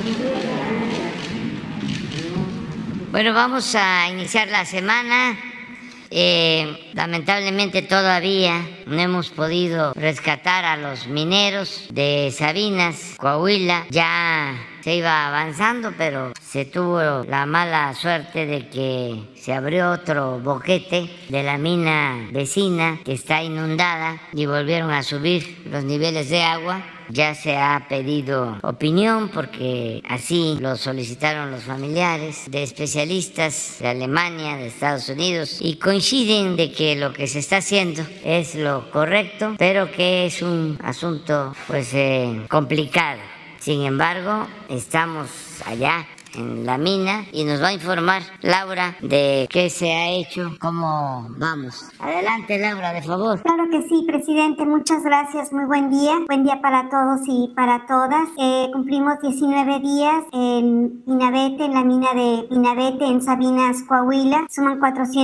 Bueno, vamos a iniciar la semana. Lamentablemente todavía no hemos podido rescatar a los mineros de Sabinas, Coahuila. Ya se iba avanzando, pero se tuvo la mala suerte de que se abrió otro boquete de la mina vecina que está inundada y volvieron a subir los niveles de agua. Ya se ha pedido opinión porque así lo solicitaron los familiares de especialistas de Alemania, de Estados Unidos, y coinciden de que lo que se está haciendo es lo correcto, pero que es un asunto pues complicado. Sin embargo, estamos allá en la mina y nos va a informar Laura de qué se ha hecho, cómo vamos. Adelante, Laura, de favor. Claro que sí, presidente, muchas gracias, muy buen día para todos y para todas. Cumplimos 19 días en Pinabete, en la mina de Pinabete, en Sabinas, Coahuila. Suman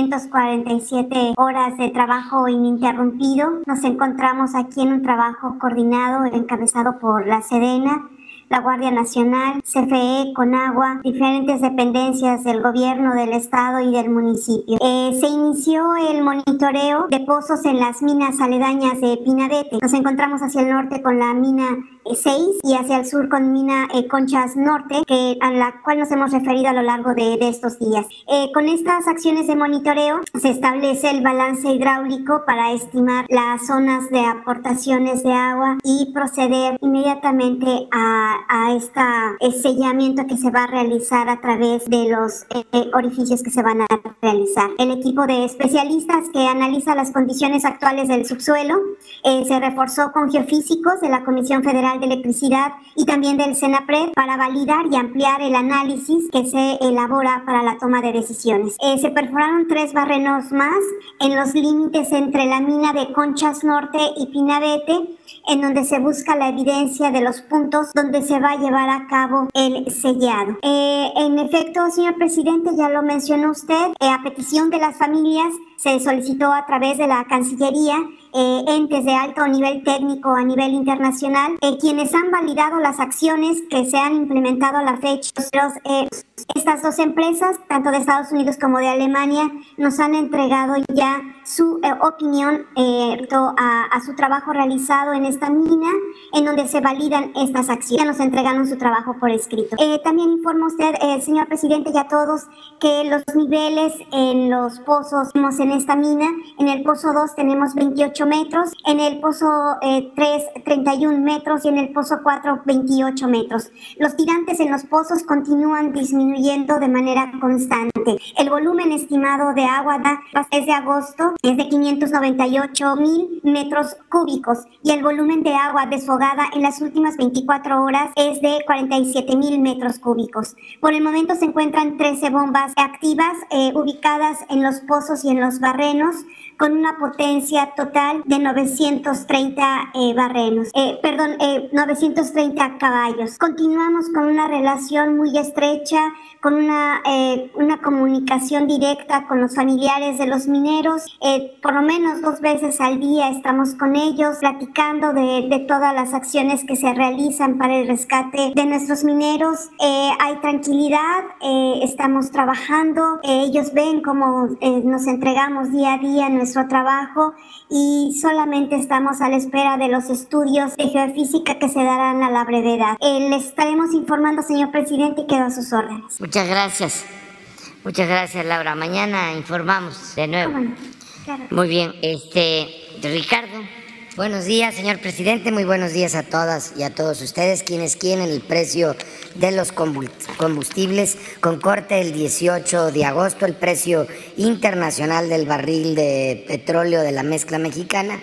447 horas de trabajo ininterrumpido. Nos encontramos aquí en un trabajo coordinado, encabezado por la Sedena, la Guardia Nacional, CFE, Conagua, diferentes dependencias del gobierno del estado y del municipio. Se inició el monitoreo de pozos en las minas aledañas de Pinabete. Nos encontramos hacia el norte con la mina 6 y hacia el sur con mina Conchas Norte, a la cual nos hemos referido a lo largo de estos días. Con estas acciones de monitoreo se establece el balance hidráulico para estimar las zonas de aportaciones de agua y proceder inmediatamente a este sellamiento que se va a realizar a través de los orificios que se van a realizar. El equipo de especialistas que analiza las condiciones actuales del subsuelo se reforzó con geofísicos de la Comisión Federal de Electricidad y también del CENAPRED para validar y ampliar el análisis que se elabora para la toma de decisiones. Se perforaron 3 barrenos más en los límites entre la mina de Conchas Norte y Pinabete, en donde se busca la evidencia de los puntos donde se va a llevar a cabo el sellado. En efecto, señor presidente, ya lo mencionó usted, a petición de las familias se solicitó a través de la Cancillería entes de alto nivel técnico a nivel internacional, quienes han validado las acciones que se han implementado a la fecha. Estas 2 empresas, tanto de Estados Unidos como de Alemania, nos han entregado ya su opinión a su trabajo realizado en esta mina, en donde se validan estas acciones. Ya nos entregaron su trabajo por escrito. También informa usted, señor presidente, y a todos, que los niveles en los pozos en esta mina, en el pozo 2 tenemos 28 metros, en el pozo 3 31 metros y en el pozo 4 28 metros. Los tirantes en los pozos continúan disminuyendo de manera constante. El volumen estimado de agua desde agosto es de 598,000 metros cúbicos y el volumen de agua desfogada en las últimas 24 horas es de 47,000 metros cúbicos. Por el momento se encuentran 13 bombas activas ubicadas en los pozos y en los barrenos, con una potencia total de 930 930 caballos. Continuamos con una relación muy estrecha, con una comunicación directa con los familiares de los mineros. Por lo menos 2 veces al día estamos con ellos platicando de todas las acciones que se realizan para el rescate de nuestros mineros. Hay tranquilidad, estamos trabajando, ellos ven cómo nos entregamos día a día nuestro trabajo y solamente estamos a la espera de los estudios de geofísica que se darán a la brevedad. Les estaremos informando, señor presidente, y quedo a sus órdenes. Muchas gracias. Muchas gracias, Laura. Mañana informamos de nuevo. Bueno, claro. Muy bien. Ricardo. Buenos días, señor presidente. Muy buenos días a todas y a todos ustedes. Quienes quieren el precio de los combustibles con corte el 18 de agosto, el precio internacional del barril de petróleo de la mezcla mexicana,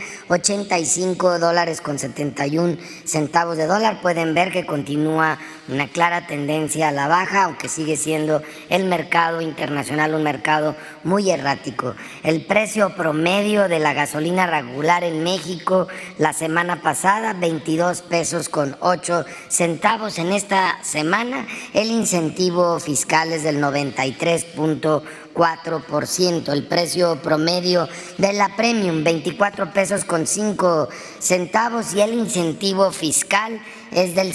$85.71 de dólar. Pueden ver que continúa una clara tendencia a la baja, aunque sigue siendo el mercado internacional un mercado muy errático. El precio promedio de la gasolina regular en México la semana pasada, 22 pesos con 8 centavos. En esta semana el incentivo fiscal es del 93.4%. 4%. El precio promedio de la Premium, 24 pesos con 5 centavos, y el incentivo fiscal es del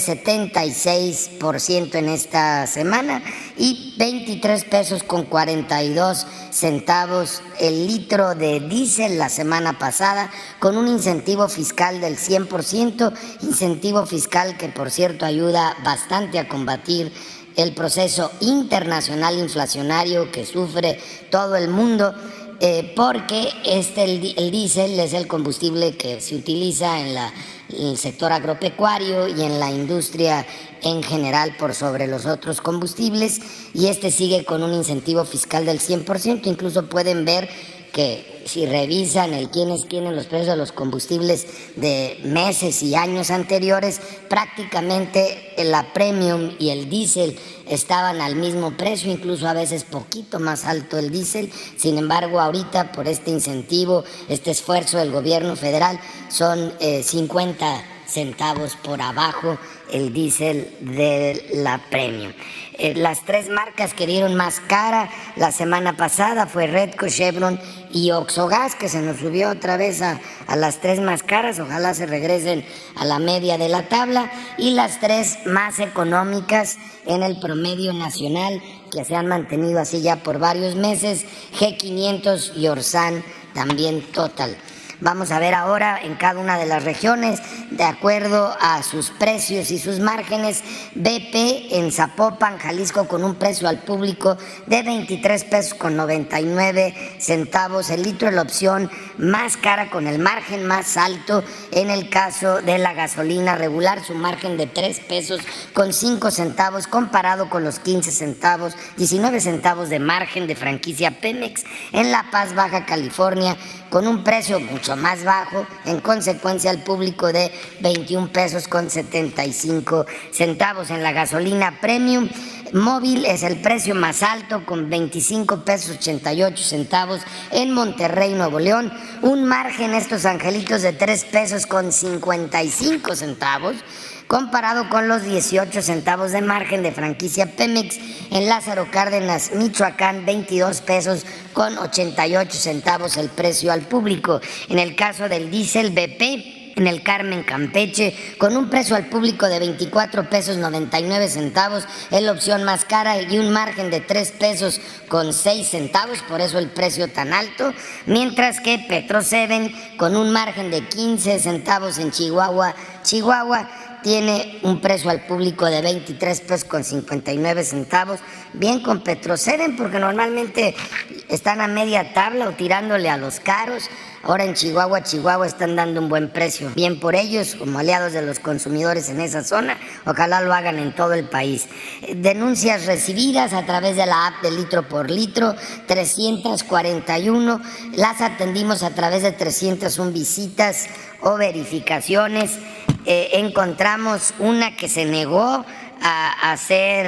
76% en esta semana, y 23 pesos con 42 centavos el litro de diésel la semana pasada, con un incentivo fiscal del 100%, incentivo fiscal que por cierto ayuda bastante a combatir el proceso internacional inflacionario que sufre todo el mundo, porque el diésel es el combustible que se utiliza en el sector agropecuario y en la industria en general por sobre los otros combustibles, y sigue con un incentivo fiscal del 100%. Incluso pueden ver que si revisan quiénes tienen los precios de los combustibles de meses y años anteriores, prácticamente la Premium y el diésel estaban al mismo precio, incluso a veces poquito más alto el diésel. Sin embargo, ahorita por este incentivo, este esfuerzo del gobierno federal, son 50 centavos por abajo el diésel de la Premium. Las tres marcas que dieron más cara la semana pasada fue Redco, Chevron y Oxogas, que se nos subió otra vez a las tres más caras. Ojalá se regresen a la media de la tabla. Y las tres más económicas en el promedio nacional, que se han mantenido así ya por varios meses, G500 y Orsan, también Total. Vamos a ver ahora en cada una de las regiones, de acuerdo a sus precios y sus márgenes. BP en Zapopan, Jalisco, con un precio al público de 23 pesos con 99 centavos el litro, la opción más cara con el margen más alto. En el caso de la gasolina regular, su margen de 3 pesos con 5 centavos comparado con los 19 centavos de margen de franquicia Pemex. En La Paz, Baja California, con un precio mucho más bajo, en consecuencia al público, de 21 pesos con 75 centavos. En la gasolina Premium móvil es el precio más alto, con 25 pesos 88 centavos en Monterrey, Nuevo León. Un margen, estos angelitos, de 3 pesos con 55 centavos, comparado con los 18 centavos de margen de franquicia Pemex. En Lázaro Cárdenas, Michoacán, 22 pesos con 88 centavos el precio al público. En el caso del diésel BP, en el Carmen, Campeche, con un precio al público de 24 pesos 99 centavos, es la opción más cara, y un margen de 3 pesos con 6 centavos, por eso el precio tan alto. Mientras que Petro 7, con un margen de 15 centavos en Chihuahua, tiene un precio al público de 23 pesos con 59 centavos. Bien con Petro 7, porque normalmente están a media tabla o tirándole a los caros. Ahora en Chihuahua están dando un buen precio. Bien por ellos, como aliados de los consumidores en esa zona. Ojalá lo hagan en todo el país. Denuncias recibidas a través de la app de Litro por Litro, 341. Las atendimos a través de 301 visitas o verificaciones. Encontramos una que se negó a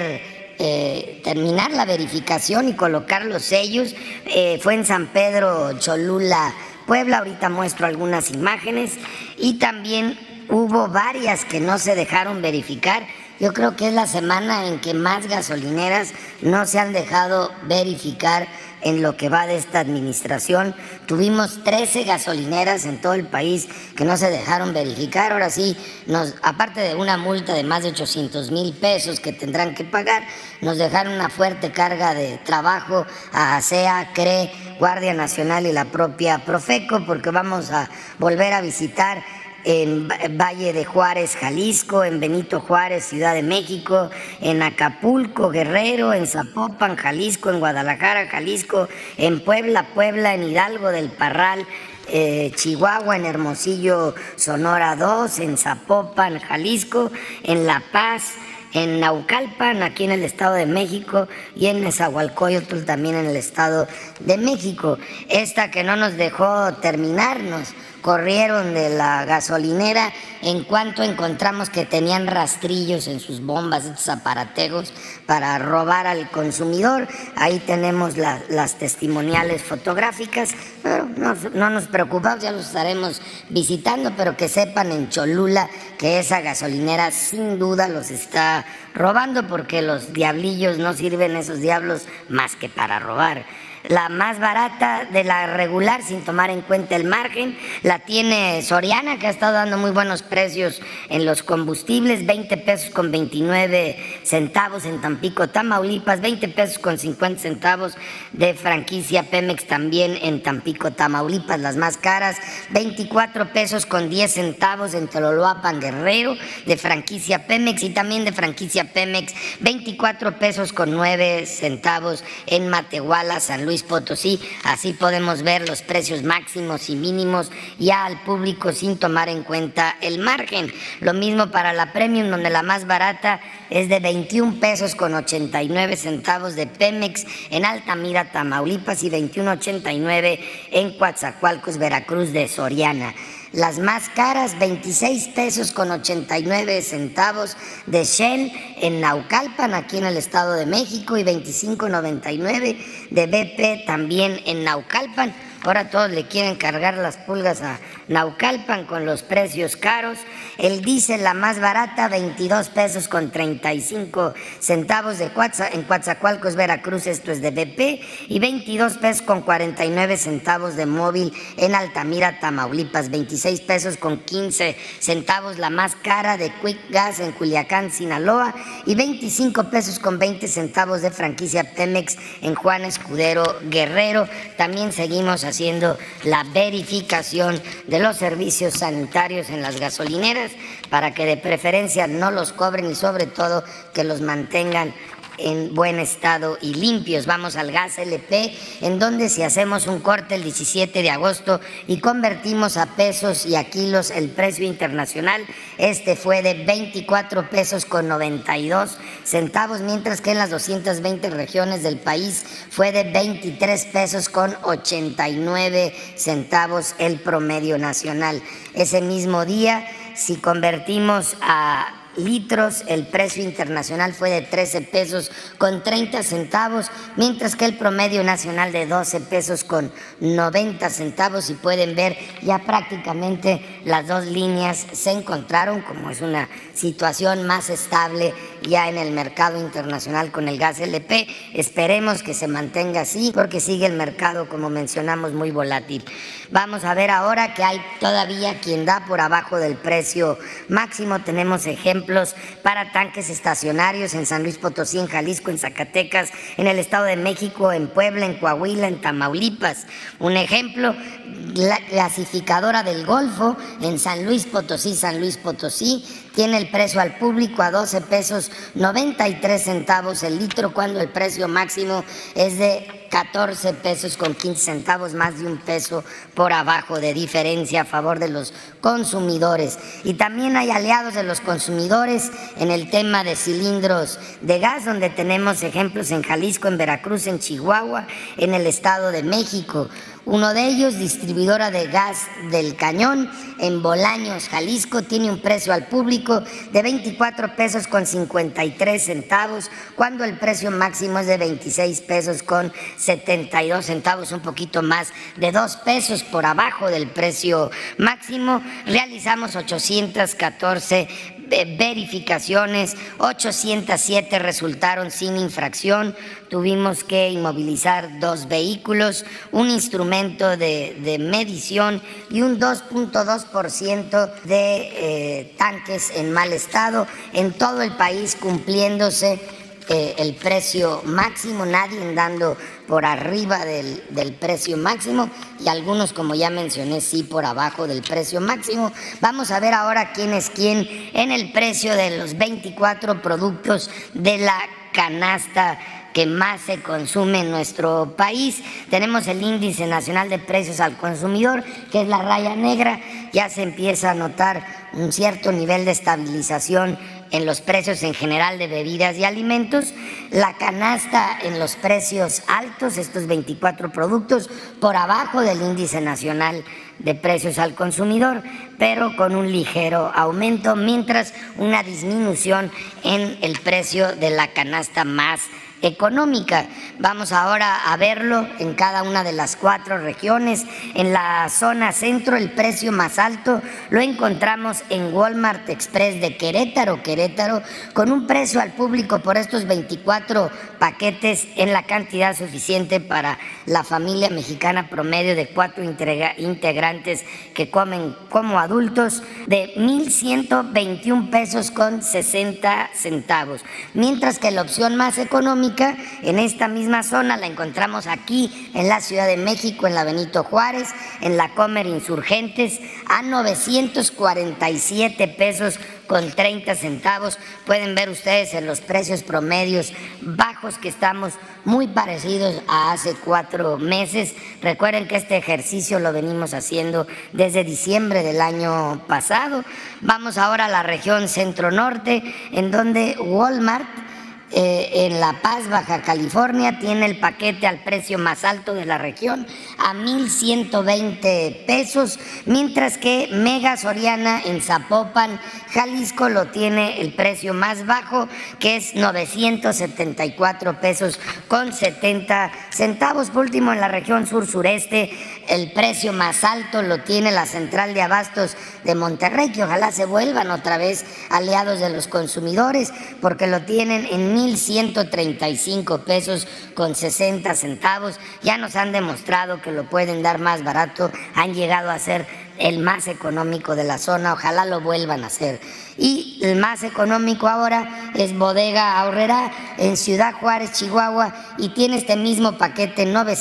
terminar la verificación y colocar los sellos. Fue en San Pedro Cholula, Puebla. Ahorita muestro algunas imágenes. Y también hubo varias que no se dejaron verificar. Yo creo que es la semana en que más gasolineras no se han dejado verificar en lo que va de esta administración. Tuvimos 13 gasolineras en todo el país que no se dejaron verificar. Ahora sí, aparte de una multa de más de 800,000 pesos que tendrán que pagar, nos dejaron una fuerte carga de trabajo a ASEA, CRE, Guardia Nacional y la propia Profeco, porque vamos a volver a visitar en Valle de Juárez, Jalisco, en Benito Juárez, Ciudad de México, en Acapulco, Guerrero, en Zapopan, Jalisco, en Guadalajara, Jalisco, en Puebla, en Hidalgo del Parral, Chihuahua, en Hermosillo, Sonora 2, en Zapopan, Jalisco, en La Paz, en Naucalpan, aquí en el Estado de México, y en Nezahualcóyotl, también en el Estado de México. Esta que no nos dejó terminarnos, corrieron de la gasolinera en cuanto encontramos que tenían rastrillos en sus bombas, estos aparatejos para robar al consumidor. Ahí tenemos las testimoniales fotográficas. Pero no nos preocupamos, ya los estaremos visitando, pero que sepan en Cholula que esa gasolinera sin duda los está robando, porque los diablillos no sirven, esos diablos, más que para robar. la más barata de la regular sin tomar en cuenta el margen. La tiene Soriana, que ha estado dando muy buenos precios en los combustibles, 20 pesos con 29 centavos en Tampico, Tamaulipas, 20 pesos con 50 centavos de franquicia Pemex también en Tampico, Tamaulipas, las más caras, 24 pesos con 10 centavos en Tololoapan, Guerrero, de franquicia Pemex, y también de franquicia Pemex, 24 pesos con 9 centavos en Matehuala, San Luis Potosí. Así podemos ver los precios máximos y mínimos ya al público sin tomar en cuenta el margen. Lo mismo para la Premium, donde la más barata es de 21 pesos con 89 centavos de Pemex en Altamira, Tamaulipas, y 21.89 en Coatzacoalcos, Veracruz, de Soriana. Las más caras, 26 pesos con 89 centavos de Shell en Naucalpan, aquí en el Estado de México, y 25.99 de BP también en Naucalpan. Ahora todos le quieren cargar las pulgas a Naucalpan con los precios caros. El diésel, la más barata, 22 pesos con 35 centavos en Coatzacoalcos, Veracruz, esto es de BP, y 22 pesos con 49 centavos de Móvil en Altamira, Tamaulipas, 26 pesos con 15 centavos la más cara de Quick Gas en Culiacán, Sinaloa, y 25 pesos con 20 centavos de franquicia Pemex en Juan Escudero, Guerrero. También seguimos haciendo la verificación de los servicios sanitarios en las gasolineras para que de preferencia no los cobren y sobre todo que los mantengan en buen estado y limpios. Vamos al gas LP, en donde si hacemos un corte el 17 de agosto y convertimos a pesos y a kilos el precio internacional, este fue de 24 pesos con 92 centavos, mientras que en las 220 regiones del país fue de 23 pesos con 89 centavos el promedio nacional. Ese mismo día, si convertimos a litros, el precio internacional fue de 13 pesos con 30 centavos, mientras que el promedio nacional de 12 pesos con 90 centavos. Y pueden ver, ya prácticamente las dos líneas se encontraron, como es una situación más estable ya en el mercado internacional con el gas LP. Esperemos que se mantenga así, porque sigue el mercado, como mencionamos, muy volátil. Vamos a ver ahora que hay todavía quien da por abajo del precio máximo. Tenemos ejemplos para tanques estacionarios en San Luis Potosí, en Jalisco, en Zacatecas, en el Estado de México, en Puebla, en Coahuila, en Tamaulipas. Un ejemplo, la Gasificadora del Golfo en San Luis Potosí, tiene el precio al público a 12 pesos 93 centavos el litro, cuando el precio máximo es de 14 pesos con 15 centavos, más de un peso por abajo de diferencia a favor de los consumidores. Y también hay aliados de los consumidores en el tema de cilindros de gas, donde tenemos ejemplos en Jalisco, en Veracruz, en Chihuahua, en el Estado de México. Uno de ellos, distribuidora de gas del Cañón, en Bolaños, Jalisco, tiene un precio al público de 24 pesos con 53 centavos, cuando el precio máximo es de 26 pesos con 72 centavos, un poquito más de 2 pesos por abajo del precio máximo. Realizamos 814 verificaciones, 807 resultaron sin infracción. Tuvimos que inmovilizar 2 vehículos, un instrumento de medición y un 2.2% de tanques en mal estado en todo el país, cumpliéndose el precio máximo, nadie dando por arriba del precio máximo, y algunos, como ya mencioné, sí por abajo del precio máximo. Vamos a ver ahora quién es quién en el precio de los 24 productos de la canasta que más se consume en nuestro país. Tenemos el Índice Nacional de Precios al Consumidor, que es la raya negra. Ya se empieza a notar un cierto nivel de estabilización en los precios en general de bebidas y alimentos. La canasta en los precios altos, estos 24 productos, por abajo del Índice Nacional de Precios al Consumidor, pero con un ligero aumento, mientras una disminución en el precio de la canasta más económica. Vamos ahora a verlo en cada una de las 4 regiones. En la zona centro, el precio más alto lo encontramos en Walmart Express de Querétaro, con un precio al público por estos 24 paquetes en la cantidad suficiente para la familia mexicana promedio de 4 integrantes que comen como adultos, de 1,121 pesos con 60 centavos. Mientras que la opción más económica en esta misma zona la encontramos aquí en la Ciudad de México, en la Benito Juárez, en la Comer Insurgentes, a 947 pesos con 30 centavos. Pueden ver ustedes en los precios promedios bajos que estamos muy parecidos a hace 4 meses. Recuerden que este ejercicio lo venimos haciendo desde diciembre del año pasado. Vamos ahora a la región centro-norte, en donde Walmart en La Paz, Baja California, tiene el paquete al precio más alto de la región, a 1,120 pesos, mientras que Mega Soriana en Zapopan, Jalisco, lo tiene el precio más bajo, que es 974 pesos con 70 centavos. Por último, en la región sur-sureste, el precio más alto lo tiene la Central de Abastos de Monterrey, que ojalá se vuelvan otra vez aliados de los consumidores, porque lo tienen en 1,135 pesos con 60 centavos. Ya nos han demostrado que lo pueden dar más barato, han llegado a ser el más económico de la zona, ojalá lo vuelvan a hacer. Y el más económico ahora es Bodega Aurrerá en Ciudad Juárez, Chihuahua, y tiene este mismo paquete,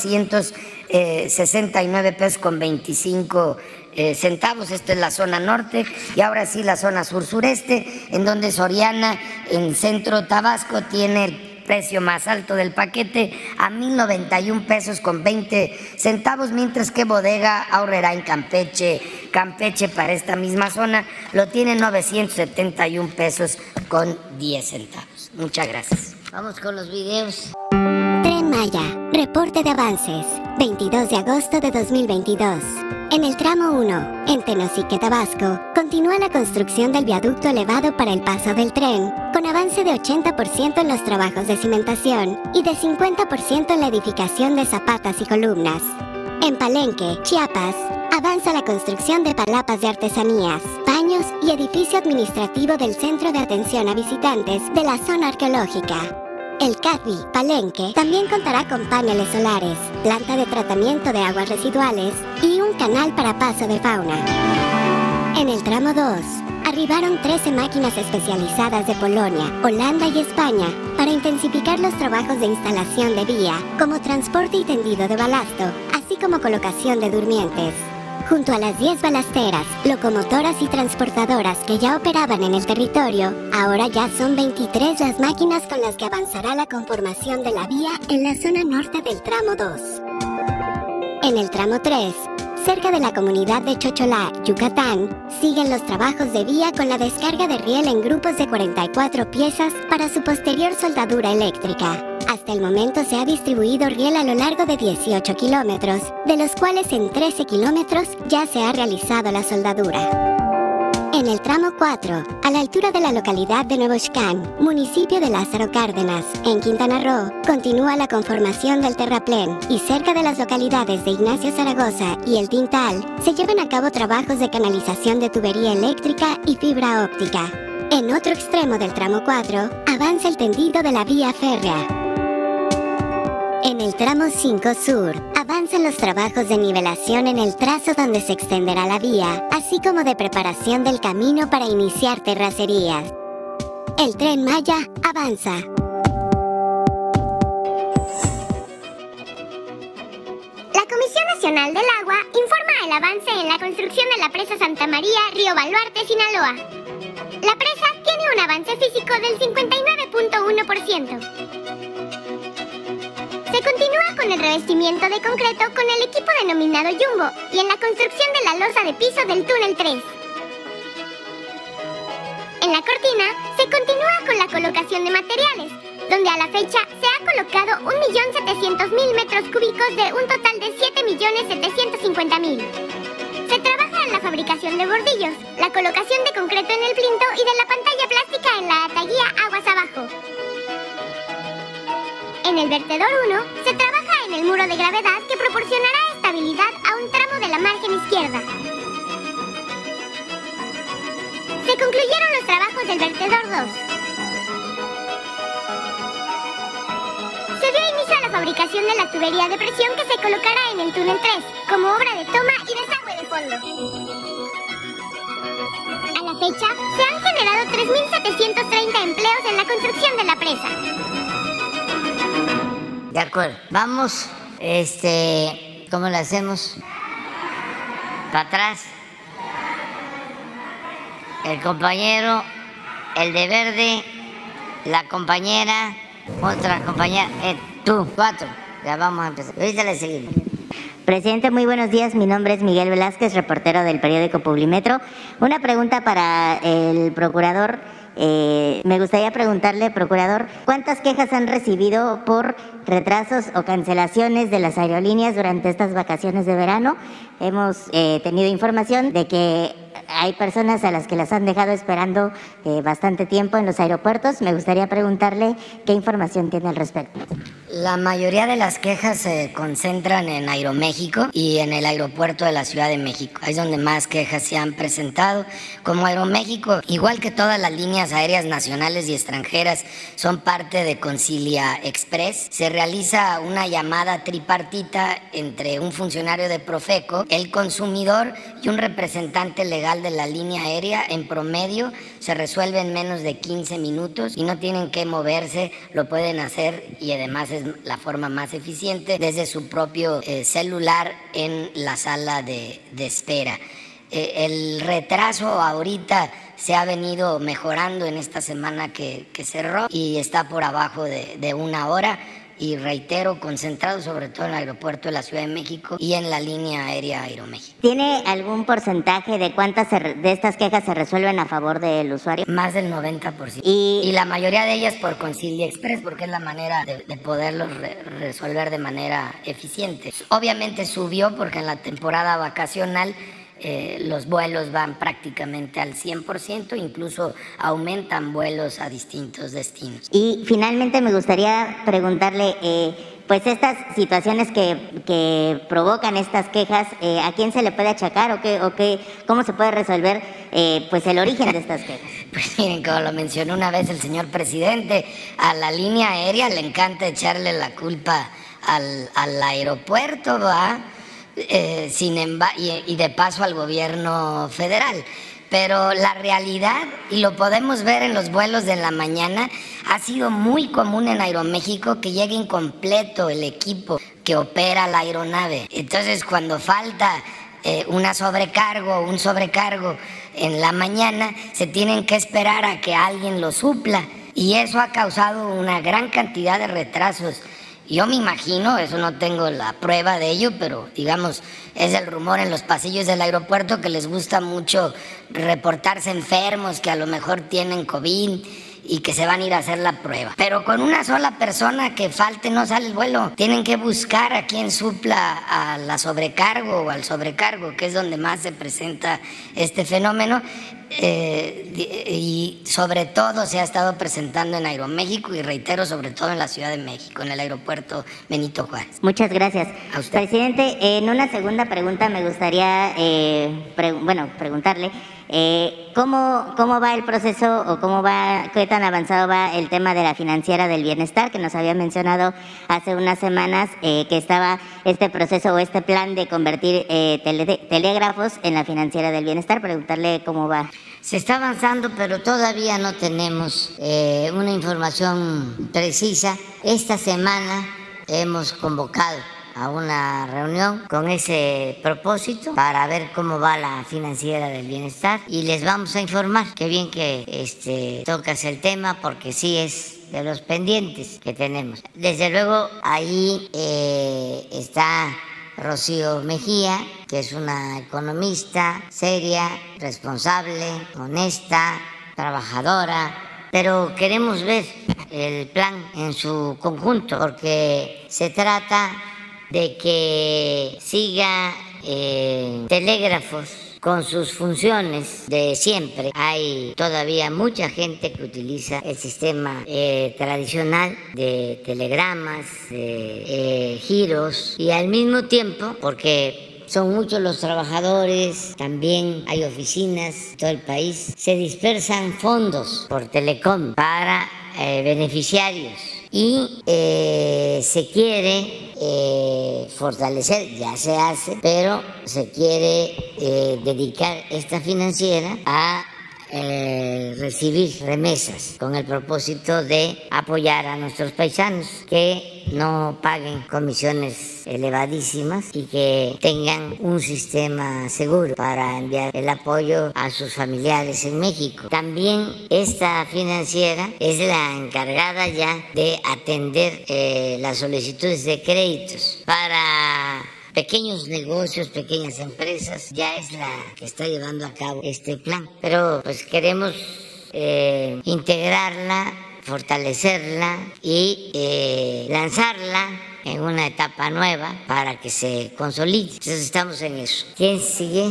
969 pesos con 25 centavos. Esta es la zona norte. Y ahora sí la zona sur-sureste, en donde Soriana en Centro Tabasco tiene el precio más alto del paquete a 1,091 pesos con 20 centavos, mientras que Bodega Aurrerá en Campeche para esta misma zona lo tiene 971 pesos con 10 centavos. Muchas gracias. Vamos con los videos. Tren Maya, reporte de avances, 22 de agosto de 2022. En el tramo 1, en Tenosique, Tabasco, continúa la construcción del viaducto elevado para el paso del tren, con avance de 80% en los trabajos de cimentación y de 50% en la edificación de zapatas y columnas. En Palenque, Chiapas, avanza la construcción de palapas de artesanías, baños y edificio administrativo del Centro de Atención a Visitantes de la zona arqueológica. El CADVI Palenque también contará con paneles solares, planta de tratamiento de aguas residuales y un canal para paso de fauna. En el tramo 2, arribaron 13 máquinas especializadas de Polonia, Holanda y España para intensificar los trabajos de instalación de vía, como transporte y tendido de balasto, así como colocación de durmientes. Junto a las 10 balasteras, locomotoras y transportadoras que ya operaban en el territorio, ahora ya son 23 las máquinas con las que avanzará la conformación de la vía en la zona norte del tramo 2. En el tramo 3, cerca de la comunidad de Chocholá, Yucatán, siguen los trabajos de vía con la descarga de riel en grupos de 44 piezas para su posterior soldadura eléctrica. Hasta el momento se ha distribuido riel a lo largo de 18 kilómetros, de los cuales en 13 kilómetros ya se ha realizado la soldadura. En el tramo 4, a la altura de la localidad de Nuevo Xcán, municipio de Lázaro Cárdenas, en Quintana Roo, continúa la conformación del terraplén y cerca de las localidades de Ignacio Zaragoza y El Tintal se llevan a cabo trabajos de canalización de tubería eléctrica y fibra óptica. En otro extremo del tramo 4, avanza el tendido de la vía férrea. En el tramo 5 sur, avanzan los trabajos de nivelación en el trazo donde se extenderá la vía, así como de preparación del camino para iniciar terracerías. El Tren Maya avanza. La Comisión Nacional del Agua informa el avance en la construcción de la presa Santa María, Río Baluarte, Sinaloa. La presa tiene un avance físico del 59.1%. Se continúa con el revestimiento de concreto con el equipo denominado Jumbo y en la construcción de la losa de piso del túnel 3. En la cortina se continúa con la colocación de materiales, donde a la fecha se ha colocado 1.700.000 metros cúbicos de un total de 7.750.000. Se trabaja en la fabricación de bordillos, la colocación de concreto en el plinto y de la pantalla plástica en la ataguía aguas abajo. En el vertedor 1 se trabaja en el muro de gravedad que proporcionará estabilidad a un tramo de la margen izquierda. Se concluyeron los trabajos del vertedor 2. Se dio inicio a la fabricación de la tubería de presión que se colocará en el túnel 3, como obra de toma y desagüe de fondo. A la fecha, se han generado 3.730 empleos en la construcción de la presa. De acuerdo. Vamos, ¿cómo lo hacemos? Para atrás. El compañero, el de verde, la compañera, otra compañera, tú, 4. Ya vamos a empezar. Ahorita le seguimos. Presidente, muy buenos días. Mi nombre es Miguel Velázquez, reportero del periódico Publimetro. Una pregunta para el procurador. Me gustaría preguntarle, procurador, ¿cuántas quejas han recibido por retrasos o cancelaciones de las aerolíneas durante estas vacaciones de verano? Hemos tenido información de que hay personas a las que las han dejado esperando bastante tiempo en los aeropuertos. Me gustaría preguntarle qué información tiene al respecto. La mayoría de las quejas se concentran en Aeroméxico y en el aeropuerto de la Ciudad de México. Ahí es donde más quejas se han presentado. Como Aeroméxico, igual que todas las líneas aéreas nacionales y extranjeras, son parte de Concilia Express, se realiza una llamada tripartita entre un funcionario de Profeco, el consumidor y un representante legal de la línea aérea. En promedio se resuelve en menos de 15 minutos y no tienen que moverse, lo pueden hacer, y además es la forma más eficiente, desde su propio celular en la sala de espera. El retraso ahorita se ha venido mejorando en esta semana que cerró y está por abajo de 1 hora. Y reitero, concentrado sobre todo en el aeropuerto de la Ciudad de México y en la línea aérea Aeroméxico. ¿Tiene algún porcentaje de cuántas de estas quejas se resuelven a favor del usuario? Más del 90%. Y la mayoría de ellas por Concilia Express, porque es la manera de poderlos resolver de manera eficiente. Obviamente subió porque en la temporada vacacional los vuelos van prácticamente al 100%, incluso aumentan vuelos a distintos destinos. Y finalmente me gustaría preguntarle, pues estas situaciones que provocan estas quejas, ¿a quién se le puede achacar cómo se puede resolver pues el origen de estas quejas? Pues miren, como lo mencionó una vez el señor presidente, a la línea aérea le encanta echarle la culpa al aeropuerto, ¿va? Y de paso al gobierno federal. Pero la realidad, y lo podemos ver en los vuelos de la mañana, ha sido muy común en Aeroméxico que llegue incompleto el equipo que opera la aeronave. Entonces, cuando falta un sobrecargo en la mañana, se tienen que esperar a que alguien lo supla. Y eso ha causado una gran cantidad de retrasos. Yo me imagino, eso no tengo la prueba de ello, pero digamos, es el rumor en los pasillos del aeropuerto que les gusta mucho reportarse enfermos, que a lo mejor tienen COVID y que se van a ir a hacer la prueba. Pero con una sola persona que falte no sale el vuelo. Tienen que buscar a quien supla a la sobrecargo o al sobrecargo, que es donde más se presenta este fenómeno. Y sobre todo se ha estado presentando en Aeroméxico y reitero, sobre todo en la Ciudad de México, en el aeropuerto Benito Juárez. Muchas gracias. A usted. Presidente, en una segunda pregunta me gustaría preguntarle ¿cómo va el proceso o qué tan avanzado va el tema de la financiera del bienestar, que nos había mencionado hace unas semanas que estaba este proceso o este plan de convertir telégrafos en la financiera del bienestar? Preguntarle cómo va. Se está avanzando, pero todavía no tenemos una información precisa. Esta semana hemos convocado a una reunión con ese propósito para ver cómo va la financiera del bienestar y les vamos a informar. Qué bien que tocas el tema, porque sí es de los pendientes que tenemos. Desde luego ahí está Rocío Mejía, que es una economista seria, responsable, honesta, trabajadora, pero queremos ver el plan en su conjunto, porque se trata de que siga telégrafos con sus funciones de siempre. Hay todavía mucha gente que utiliza el sistema tradicional de telegramas, de giros, y al mismo tiempo, porque son muchos los trabajadores, también hay oficinas en todo el país, se dispersan fondos por Telecom para beneficiarios y se quiere fortalecer, ya se hace, pero se quiere dedicar esta financiera a recibir remesas con el propósito de apoyar a nuestros paisanos que no paguen comisiones elevadísimas y que tengan un sistema seguro para enviar el apoyo a sus familiares en México. También esta financiera es la encargada ya de atender las solicitudes de créditos para pequeños negocios, pequeñas empresas. Ya es la que está llevando a cabo este plan, pero pues queremos integrarla, fortalecerla y lanzarla en una etapa nueva para que se consolide. Entonces estamos en eso. ¿Quién sigue?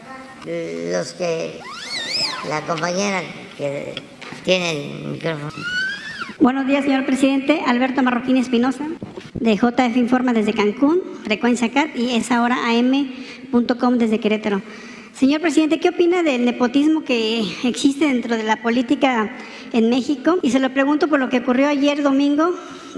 La compañera que tiene el micrófono. Buenos días, señor presidente. Alberto Marroquín Espinosa, de JF Informa desde Cancún, Frecuencia CAT y es ahora am.com desde Querétaro. Señor presidente, ¿qué opina del nepotismo que existe dentro de la política en México? Y se lo pregunto por lo que ocurrió ayer domingo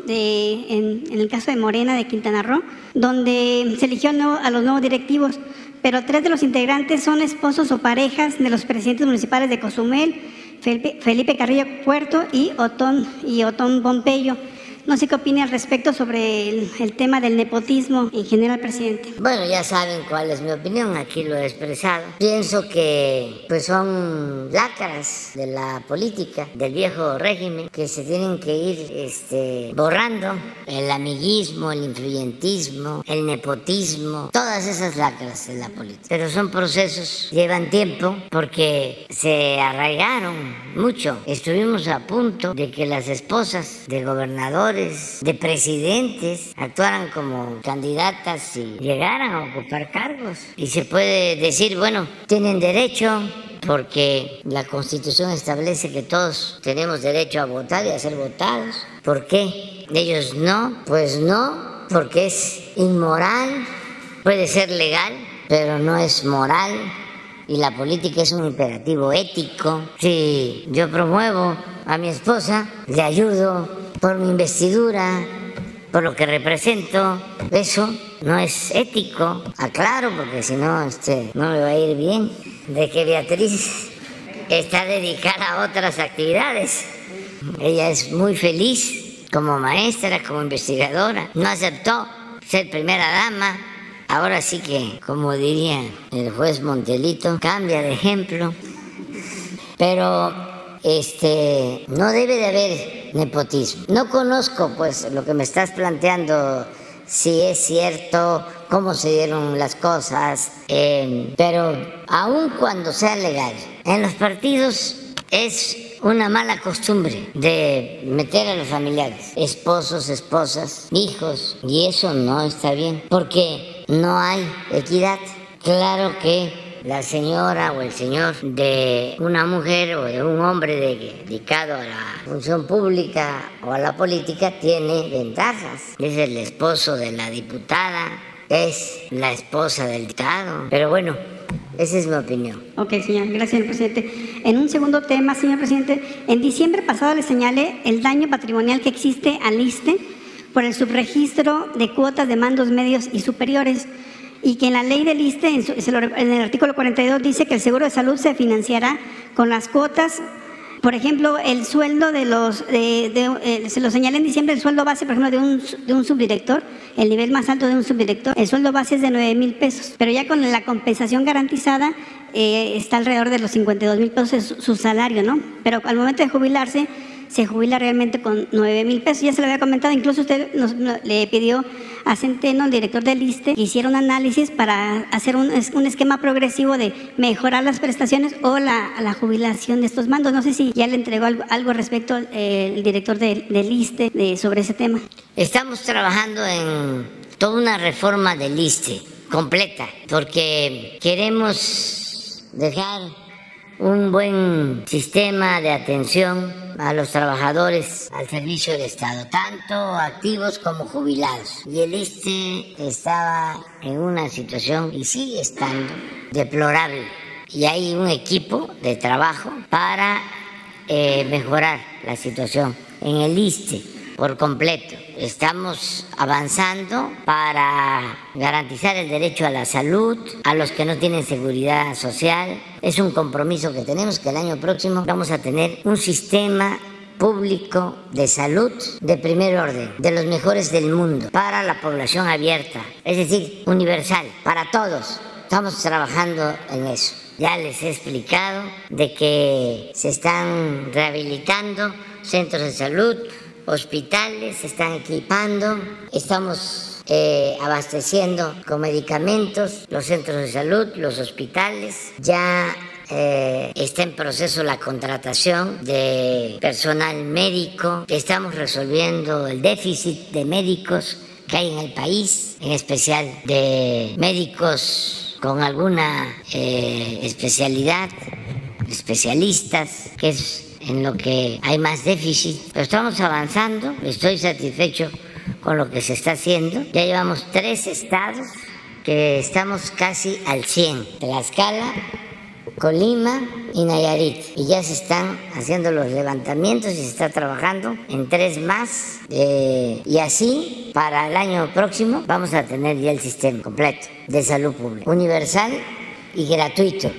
en el caso de Morena de Quintana Roo, donde se eligió a los nuevos directivos, pero 3 de los integrantes son esposos o parejas de los presidentes municipales de Cozumel, Felipe Carrillo Puerto y Otón Pompeyo. No sé qué opina al respecto sobre el tema del nepotismo en general, presidente. Bueno, ya saben cuál es mi opinión, aquí lo he expresado. Pienso que pues son lacras de la política, del viejo régimen, que se tienen que ir borrando. El amiguismo, el influyentismo, el nepotismo, todas esas lacras de la política. Pero son procesos, llevan tiempo, porque se arraigaron mucho. Estuvimos a punto de que las esposas de gobernadores, de presidentes, actuaran como candidatas y llegaran a ocupar cargos. Y se puede decir, bueno, tienen derecho porque la Constitución establece que todos tenemos derecho a votar y a ser votados. ¿Por qué? Ellos no. Pues no, porque es inmoral. Puede ser legal, pero no es moral. Y la política es un imperativo ético. Si yo promuevo a mi esposa, le ayudo por mi investidura, por lo que represento, eso no es ético. Aclaro, porque si no, no me va a ir bien. De que Beatriz está dedicada a otras actividades. Ella es muy feliz como maestra, como investigadora. No aceptó ser primera dama. Ahora sí que, como diría el juez Montelito, cambia de ejemplo. Pero no debe de haber nepotismo. No conozco, pues, lo que me estás planteando, si es cierto, cómo se dieron las cosas, pero aun cuando sea legal, en los partidos es una mala costumbre de meter a los familiares, esposos, esposas, hijos, y eso no está bien, porque no hay equidad. Claro que la señora o el señor de una mujer o de un hombre dedicado a la función pública o a la política tiene ventajas. Es el esposo de la diputada, es la esposa del diputado. Pero bueno, esa es mi opinión. Ok, señor. Gracias, señor presidente. En un segundo tema, señor presidente, en diciembre pasado le señalé el daño patrimonial que existe al ISSSTE por el subregistro de cuotas de mandos medios y superiores, y que en la ley del ISSSTE, en el artículo 42, dice que el seguro de salud se financiará con las cuotas. Por ejemplo, el sueldo se lo señalé en diciembre, el sueldo base, por ejemplo, de un subdirector, el nivel más alto de un subdirector, el sueldo base es de 9,000 pesos, pero ya con la compensación garantizada está alrededor de los 52,000 pesos su salario, ¿no? Pero al momento de jubilarse, se jubila realmente con 9,000 pesos. Ya se lo había comentado, incluso usted le pidió a Centeno, el director del ISSSTE, que hiciera un análisis para hacer un esquema progresivo de mejorar las prestaciones o la jubilación de estos mandos. No sé si ya le entregó algo respecto el director del ISSSTE sobre ese tema. Estamos trabajando en toda una reforma del ISSSTE completa, porque queremos dejar un buen sistema de atención a los trabajadores al servicio del Estado, tanto activos como jubilados. Y el ISSSTE estaba en una situación, y sigue estando, deplorable. Y hay un equipo de trabajo para mejorar la situación en el ISSSTE por completo. Estamos avanzando para garantizar el derecho a la salud a los que no tienen seguridad social. Es un compromiso que tenemos, que el año próximo vamos a tener un sistema público de salud de primer orden, de los mejores del mundo, para la población abierta, es decir, universal, para todos. Estamos trabajando en eso. Ya les he explicado de que se están rehabilitando centros de salud, hospitales, se están equipando, estamos abasteciendo con medicamentos los centros de salud, los hospitales. Ya está en proceso la contratación de personal médico. Estamos resolviendo el déficit de médicos que hay en el país, en especial de médicos con alguna especialidad, especialistas, que es en lo que hay más déficit. Pero estamos avanzando, estoy satisfecho con lo que se está haciendo. Ya llevamos 3 estados que estamos casi al 100, Tlaxcala, Colima y Nayarit. Y ya se están haciendo los levantamientos y se está trabajando en 3 más. Y así, para el año próximo, vamos a tener ya el sistema completo de salud pública, universal y gratuito.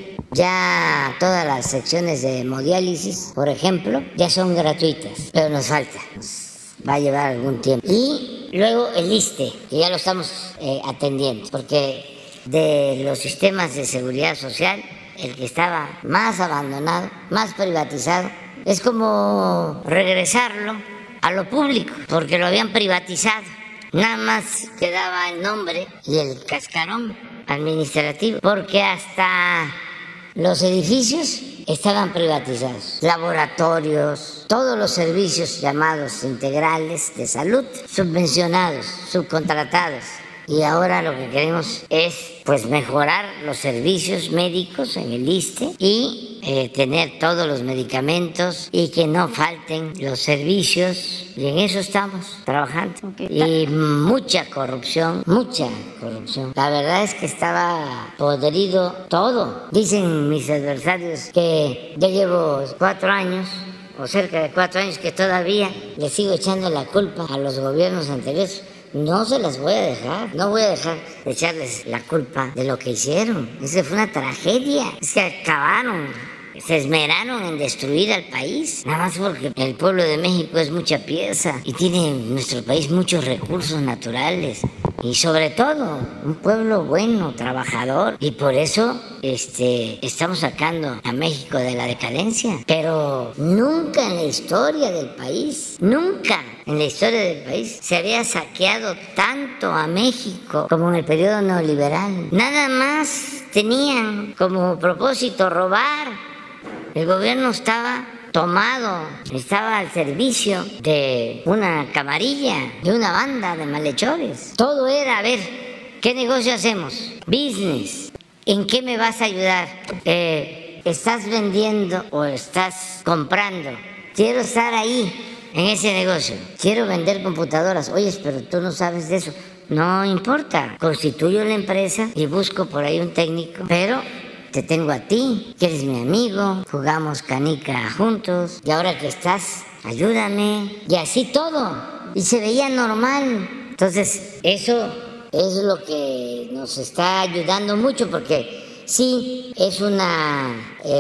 Ya todas las secciones de hemodiálisis, por ejemplo, ya son gratuitas, pero nos falta, va a llevar algún tiempo. Y luego el ISSSTE, que ya lo estamos atendiendo, porque de los sistemas de seguridad social, el que estaba más abandonado, más privatizado, es como regresarlo a lo público, porque lo habían privatizado. Nada más quedaba el nombre y el cascarón administrativo, porque hasta los edificios estaban privatizados, laboratorios, todos los servicios llamados integrales de salud, subvencionados, subcontratados. Y ahora lo que queremos es pues mejorar los servicios médicos en el ISSSTE y tener todos los medicamentos y que no falten los servicios. Y en eso estamos trabajando. Y mucha corrupción, mucha corrupción. La verdad es que estaba podrido todo. Dicen mis adversarios que ya llevo 4 años o cerca de 4 años que todavía le sigo echando la culpa a los gobiernos anteriores. No se las voy a dejar, no voy a dejar de echarles la culpa de lo que hicieron. Esa fue una tragedia, es que acabaron, se esmeraron en destruir al país, nada más porque el pueblo de México es mucha pieza y tiene nuestro país muchos recursos naturales y sobre todo un pueblo bueno, trabajador, y por eso estamos sacando a México de la decadencia. Pero nunca en la historia del país, nunca en la historia del país se había saqueado tanto a México como en el periodo neoliberal. Nada más tenían como propósito robar. El gobierno estaba tomado, estaba al servicio de una camarilla, de una banda de malhechores. Todo era, a ver, ¿qué negocio hacemos? Business. ¿En qué me vas a ayudar? ¿Estás vendiendo o estás comprando? Quiero estar ahí, en ese negocio. Quiero vender computadoras. Oye, pero tú no sabes de eso. No importa. Constituyo la empresa y busco por ahí un técnico, pero te tengo a ti, que eres mi amigo, jugamos canica juntos, y ahora que estás, ayúdame, y así todo, y se veía normal. Entonces, eso es lo que nos está ayudando mucho, porque sí, es una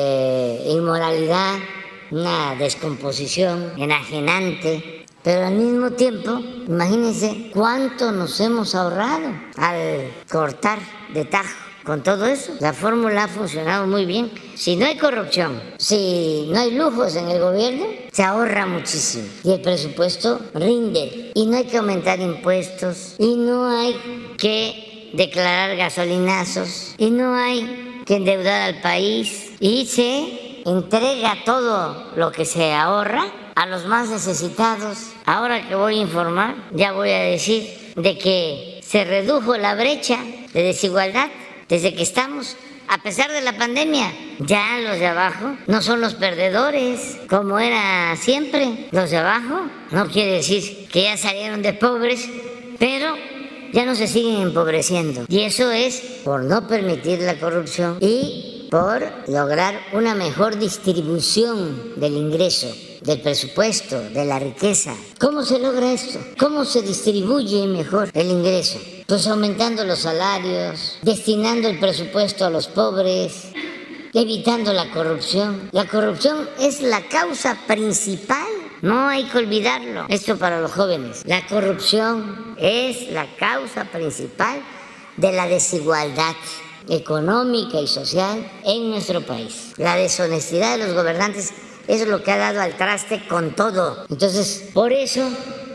inmoralidad, una descomposición enajenante, pero al mismo tiempo, imagínense cuánto nos hemos ahorrado al cortar de tajo. Con todo eso, la fórmula ha funcionado muy bien. Si no hay corrupción, si no hay lujos en el gobierno, se ahorra muchísimo. Y el presupuesto rinde. Y no hay que aumentar impuestos. Y no hay que declarar gasolinazos. Y no hay que endeudar al país. Y se entrega todo lo que se ahorra a los más necesitados. Ahora que voy a informar, ya voy a decir de que se redujo la brecha de desigualdad. Desde que estamos a pesar de la pandemia. Ya los de abajo no son los perdedores, como era siempre. Los de abajo no quiere decir que ya salieron de pobres, pero ya no se siguen empobreciendo. Y eso es por no permitir la corrupción y por lograr una mejor distribución del ingreso, del presupuesto, de la riqueza. ¿Cómo se logra esto? ¿Cómo se distribuye mejor el ingreso? Pues aumentando los salarios, destinando el presupuesto a los pobres, evitando la corrupción. La corrupción es la causa principal. No hay que olvidarlo. Esto para los jóvenes. La corrupción es la causa principal de la desigualdad económica y social en nuestro país. La deshonestidad de los gobernantes es lo que ha dado al traste con todo. Entonces, por eso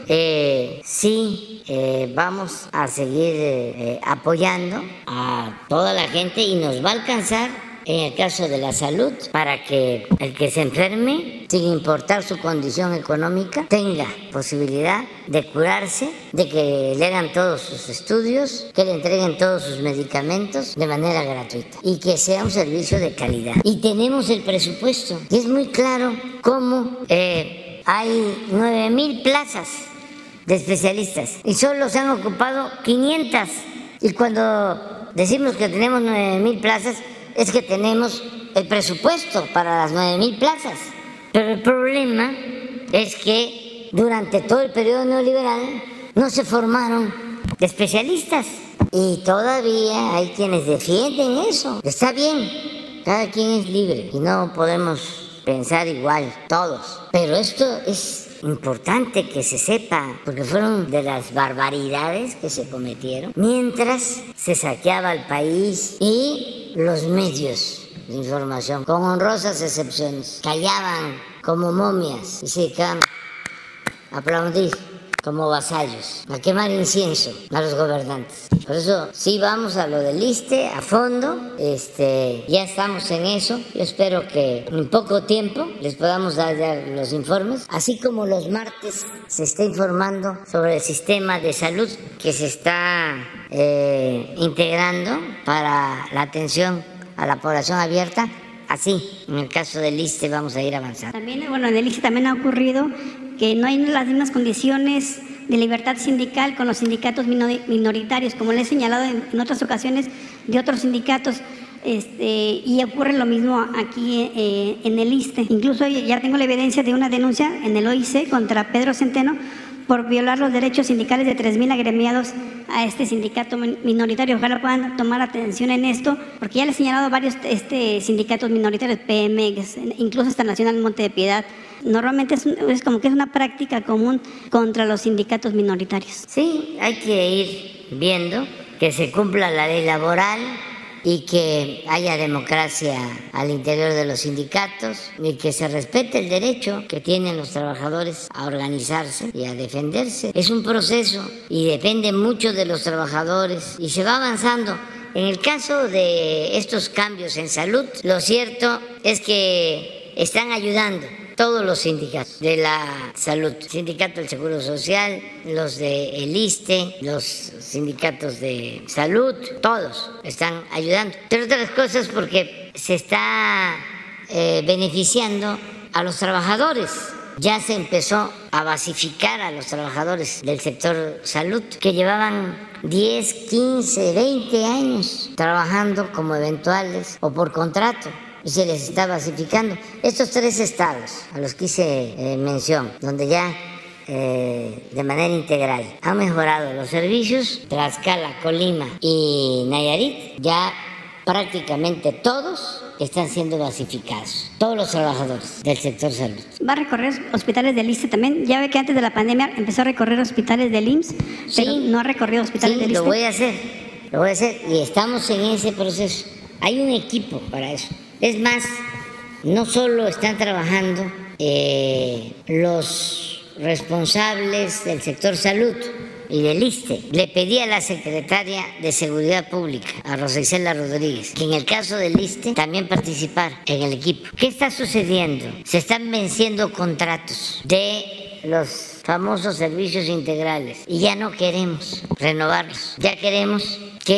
vamos a seguir apoyando a toda la gente y nos va a alcanzar en el caso de la salud para que el que se enferme, sin importar su condición económica, tenga posibilidad de curarse, de que le hagan todos sus estudios, que le entreguen todos sus medicamentos de manera gratuita y que sea un servicio de calidad. Y tenemos el presupuesto y es muy claro cómo hay 9,000 plazas de especialistas y solo se han ocupado 500. Y cuando decimos que tenemos 9,000 plazas, es que tenemos el presupuesto para las 9,000 plazas. Pero el problema es que durante todo el periodo neoliberal no se formaron especialistas. Y todavía hay quienes defienden eso. Está bien, cada quien es libre y no podemos pensar igual todos. Pero esto es importante que se sepa, porque fueron de las barbaridades que se cometieron mientras se saqueaba el país y los medios de información, con honrosas excepciones, callaban como momias y se dedicaban a aplaudir como vasallos, a quemar incienso a los gobernantes. Por eso sí vamos a lo del ISSSTE a fondo, ya estamos en eso. Yo espero que en poco tiempo les podamos dar ya los informes, así como los martes se está informando sobre el sistema de salud que se está integrando para la atención a la población abierta. Así, en el caso del ISSSTE vamos a ir avanzando. También, en el ISSSTE también ha ocurrido que no hay las mismas condiciones de libertad sindical con los sindicatos minoritarios, como le he señalado en otras ocasiones de otros sindicatos, y ocurre lo mismo aquí en el ISSSTE. Incluso ya tengo la evidencia de una denuncia en el OIC contra Pedro Centeno por violar los derechos sindicales de 3,000 agremiados a este sindicato minoritario. Ojalá puedan tomar atención en esto, porque ya le he señalado a varios sindicatos minoritarios, PMX, incluso hasta Nacional Monte de Piedad. Normalmente es como que es una práctica común contra los sindicatos minoritarios. Sí, hay que ir viendo que se cumpla la ley laboral y que haya democracia al interior de los sindicatos y que se respete el derecho que tienen los trabajadores a organizarse y a defenderse. Es un proceso y depende mucho de los trabajadores y se va avanzando. En el caso de estos cambios en salud, lo cierto es que están ayudando todos los sindicatos de la salud, sindicato del Seguro Social, los de el ISSSTE, los sindicatos de salud, todos están ayudando. Entre otras cosas porque se está beneficiando a los trabajadores. Ya se empezó a basificar a los trabajadores del sector salud que llevaban 10, 15, 20 años trabajando como eventuales o por contrato. Y se les está basificando. Estos 3 estados a los que hice mención, donde ya de manera integral han mejorado los servicios, Tlaxcala, Colima y Nayarit, ya prácticamente todos están siendo basificados, todos los trabajadores del sector salud. ¿Va a recorrer hospitales del ISSSTE también? Ya ve que antes de la pandemia empezó a recorrer hospitales del IMSS, pero sí, no ha recorrido hospitales del ISSSTE. Lo voy a hacer y estamos en ese proceso. Hay un equipo para eso. Es más, no solo están trabajando los responsables del sector salud y del ISSSTE. Le pedí a la secretaria de Seguridad Pública, a Rosa Isela Rodríguez, que en el caso del ISSSTE también participara en el equipo. ¿Qué está sucediendo? Se están venciendo contratos de los famosos servicios integrales y ya no queremos renovarlos. Ya queremos que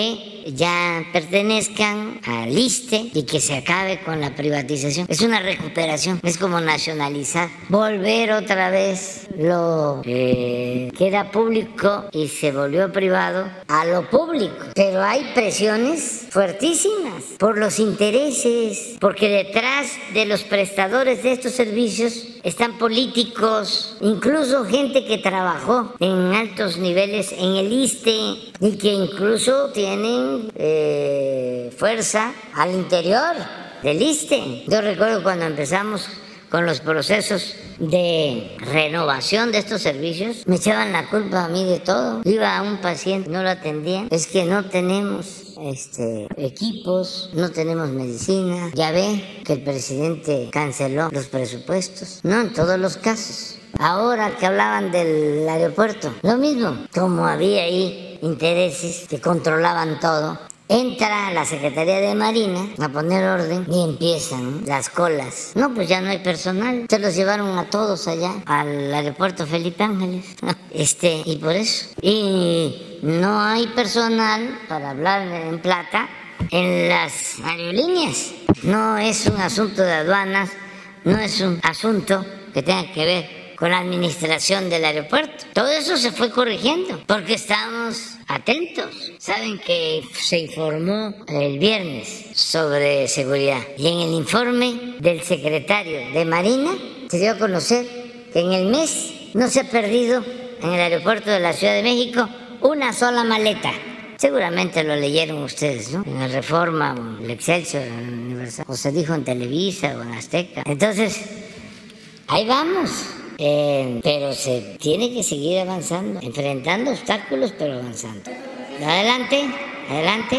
ya pertenezcan al ISSSTE y que se acabe con la privatización. Es una recuperación, es como nacionalizar, volver otra vez lo que era público y se volvió privado a lo público. Pero hay presiones fuertísimas por los intereses, porque detrás de los prestadores de estos servicios están políticos, incluso gente que trabajó en altos niveles en el ISSSTE y que incluso tienen fuerza al interior del ISSSTE. Yo recuerdo cuando empezamos con los procesos de renovación de estos servicios, me echaban la culpa a mí de todo. Iba a un paciente, no lo atendían, es que no tenemos equipos, no tenemos medicina. Ya ve que el presidente canceló los presupuestos, no en todos los casos. Ahora que hablaban del aeropuerto, lo mismo, como había ahí intereses que controlaban todo. Entra la Secretaría de Marina a poner orden y empiezan las colas. No, pues ya no hay personal. Se los llevaron a todos allá al aeropuerto Felipe Ángeles. Y por eso. Y no hay personal para hablar en plata en las aerolíneas. No es un asunto de aduanas, no es un asunto que tenga que ver con la administración del aeropuerto. Todo eso se fue corrigiendo porque estamos atentos. Saben que se informó el viernes sobre seguridad y en el informe del secretario de Marina se dio a conocer que en el mes no se ha perdido en el aeropuerto de la Ciudad de México una sola maleta. Seguramente lo leyeron ustedes, ¿no? En el Reforma, o en el Excelsior, en el Universal, o se dijo en Televisa o en Azteca. Entonces, ahí vamos. Pero se tiene que seguir avanzando, enfrentando obstáculos, pero avanzando. Adelante, adelante.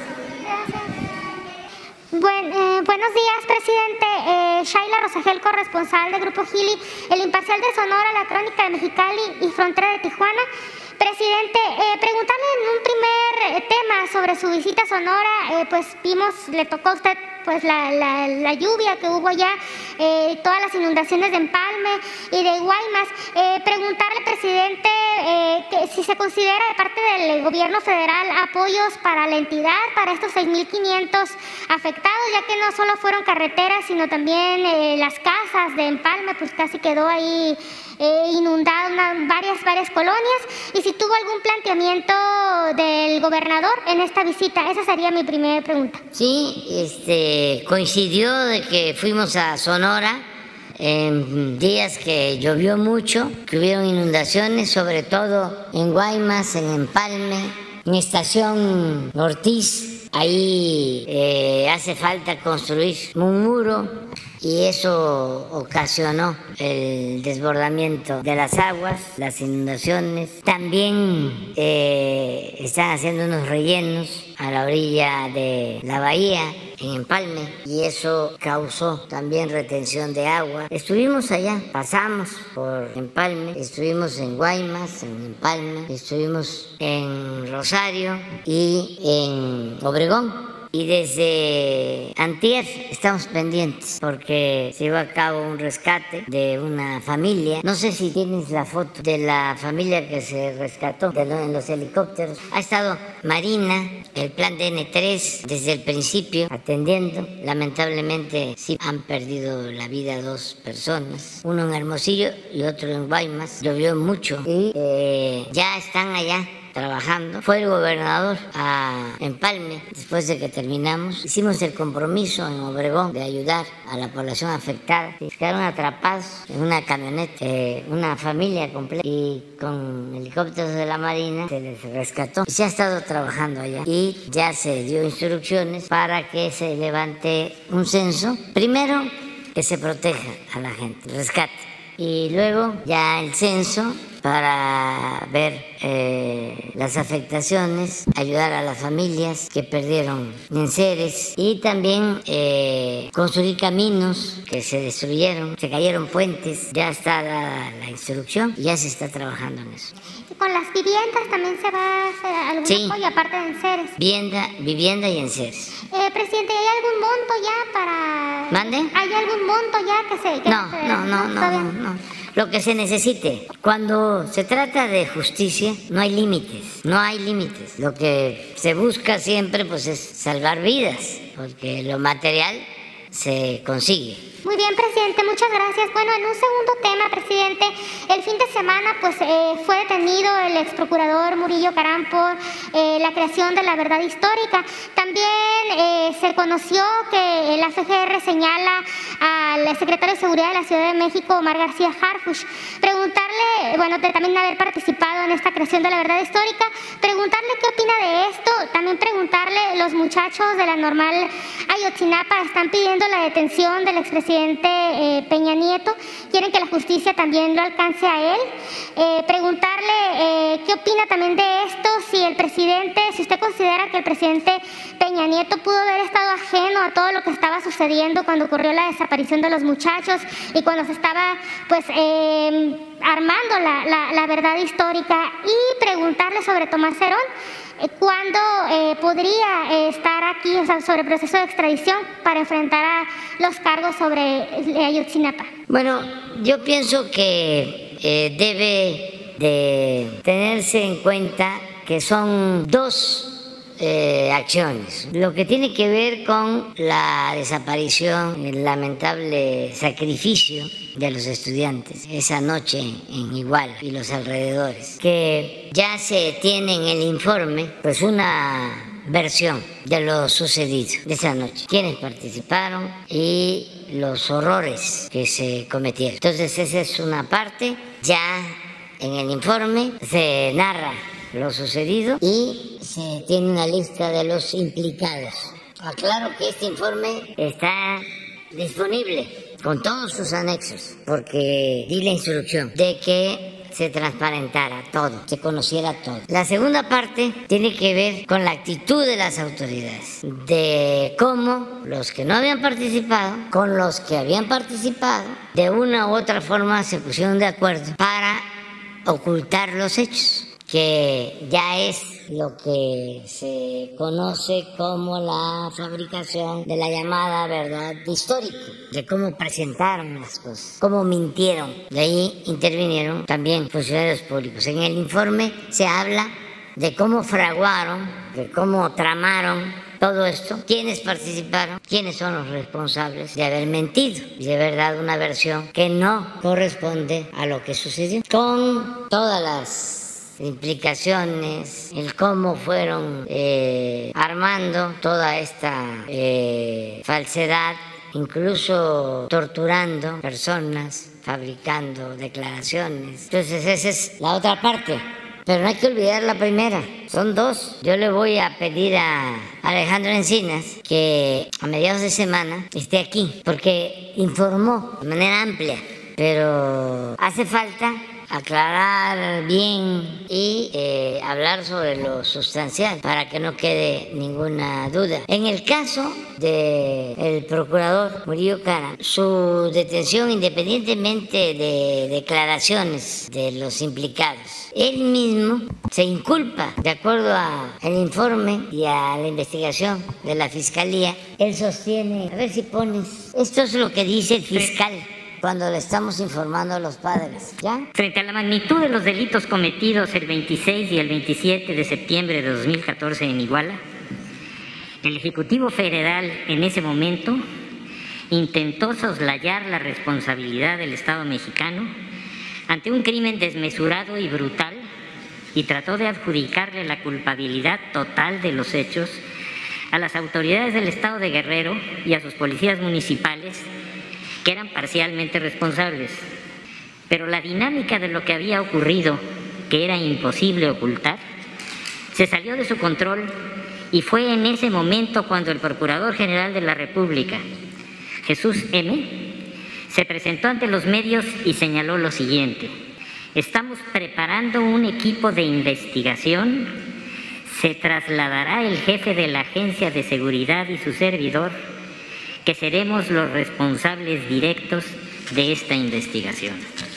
Buenos días, presidente. Shaila Rosagel, corresponsal de Grupo Gili, El Imparcial de Sonora, La Crónica de Mexicali y Frontera de Tijuana. Presidente, preguntarle en un primer tema sobre su visita a Sonora, pues vimos, le tocó a usted pues la lluvia que hubo ya, todas las inundaciones de Empalme y de Guaymas. Preguntarle, presidente, que si se considera de parte del gobierno federal apoyos para la entidad, para estos 6.500 afectados, ya que no solo fueron carreteras, sino también las casas de Empalme, pues casi quedó ahí inundado varias colonias, y si tuvo algún planteamiento del gobernador en esta visita. Esa sería mi primera pregunta. Sí, coincidió de que fuimos a Sonora en días que llovió mucho, que hubieron inundaciones, sobre todo en Guaymas, en Empalme, en Estación Ortiz. Ahí hace falta construir un muro y eso ocasionó el desbordamiento de las aguas, las inundaciones. También están haciendo unos rellenos a la orilla de la bahía, en Empalme, y eso causó también retención de agua. Estuvimos allá, pasamos por Empalme, estuvimos en Guaymas, en Empalme, estuvimos en Rosario y en Obregón. Y desde antier estamos pendientes porque se llevó a cabo un rescate de una familia. No sé si tienes la foto de la familia que se rescató en los helicópteros. Ha estado Marina, el plan DN3, desde el principio atendiendo. Lamentablemente sí han perdido la vida 2 personas, uno en Hermosillo y otro en Guaymas. Llovió mucho y ya están allá trabajando. Fue el gobernador a Empalme después de que terminamos. Hicimos el compromiso en Obregón de ayudar a la población afectada. Quedaron atrapados en una camioneta, una familia completa, y con helicópteros de la Marina se les rescató. Se ha estado trabajando allá y ya se dio instrucciones para que se levante un censo. Primero, que se proteja a la gente, rescate, y luego ya el censo para ver las afectaciones, ayudar a las familias que perdieron enseres y también construir caminos que se destruyeron, se cayeron puentes. Ya está la instrucción y ya se está trabajando en eso. ¿Con las viviendas también se va a hacer algún apoyo aparte de enseres? Vivienda y enseres. Presidente, ¿hay algún monto ya para...? ¿Mande? ¿Hay algún monto ya que se...? No. lo que se necesite. Cuando se trata de justicia, no hay límites, no hay límites. Lo que se busca siempre pues es salvar vidas, porque lo material se consigue. Muy bien, presidente, muchas gracias. Bueno, en un segundo tema, presidente, el fin de semana pues fue detenido el ex procurador Murillo Caram por la creación de la verdad histórica. También se conoció que la FGR señala al secretario de Seguridad de la Ciudad de México, Omar García Harfuch. Preguntarle, bueno, de también haber participado en esta creación de la verdad histórica, preguntarle qué opina de esto, también preguntarle, los muchachos de la Normal Ayotzinapa están pidiendo la detención del expresidente Peña Nieto, quieren que la justicia también lo alcance a él. Preguntarle qué opina también de esto, si usted considera que el presidente Peña Nieto pudo haber estado ajeno a todo lo que estaba sucediendo cuando ocurrió la desaparición de los muchachos y cuando se estaba pues armando la verdad histórica, y preguntarle sobre Tomás Herón, ¿cuándo podría estar aquí, o sea, sobre el proceso de extradición para enfrentar a los cargos sobre Ayotzinapa? Bueno, yo pienso que debe de tenerse en cuenta que son dos acciones. Lo que tiene que ver con la desaparición, el lamentable sacrificio de los estudiantes esa noche en Iguala y los alrededores, que ya se tiene en el informe pues una versión de lo sucedido de esa noche, quiénes participaron y los horrores que se cometieron. Entonces esa es una parte, ya en el informe se narra lo sucedido y se tiene una lista de los implicados. Aclaro que este informe está disponible con todos sus anexos, porque di la instrucción de que se transparentara todo, se conociera todo. La segunda parte tiene que ver con la actitud de las autoridades, de cómo los que no habían participado, con los que habían participado, de una u otra forma se pusieron de acuerdo para ocultar los hechos, que ya es lo que se conoce como la fabricación de la llamada verdad histórica, de cómo presentaron las cosas, cómo mintieron. De ahí intervinieron también funcionarios públicos. En el informe se habla de cómo fraguaron, de cómo tramaron todo esto, quiénes participaron, quiénes son los responsables de haber mentido y de haber dado una versión que no corresponde a lo que sucedió, con todas las implicaciones, el cómo fueron armando toda esta falsedad, incluso torturando personas, fabricando declaraciones. Entonces esa es la otra parte, pero no hay que olvidar la primera, son dos. Yo le voy a pedir a Alejandro Encinas que a mediados de semana esté aquí, porque informó de manera amplia, pero hace falta aclarar bien y hablar sobre lo sustancial para que no quede ninguna duda. En el caso del procurador Murillo Caram, su detención, independientemente de declaraciones de los implicados, él mismo se inculpa, de acuerdo al informe y a la investigación de la Fiscalía. Él sostiene, a ver si pones, esto es lo que dice el fiscal cuando le estamos informando a los padres, ¿ya? Frente a la magnitud de los delitos cometidos el 26 y el 27 de septiembre de 2014 en Iguala, el Ejecutivo Federal en ese momento intentó soslayar la responsabilidad del Estado mexicano ante un crimen desmesurado y brutal y trató de adjudicarle la culpabilidad total de los hechos a las autoridades del Estado de Guerrero y a sus policías municipales, que eran parcialmente responsables. Pero la dinámica de lo que había ocurrido, que era imposible ocultar, se salió de su control y fue en ese momento cuando el Procurador General de la República, Jesús M., se presentó ante los medios y señaló lo siguiente: estamos preparando un equipo de investigación, se trasladará el jefe de la Agencia de Seguridad y su servidor, que seremos los responsables directos de esta investigación.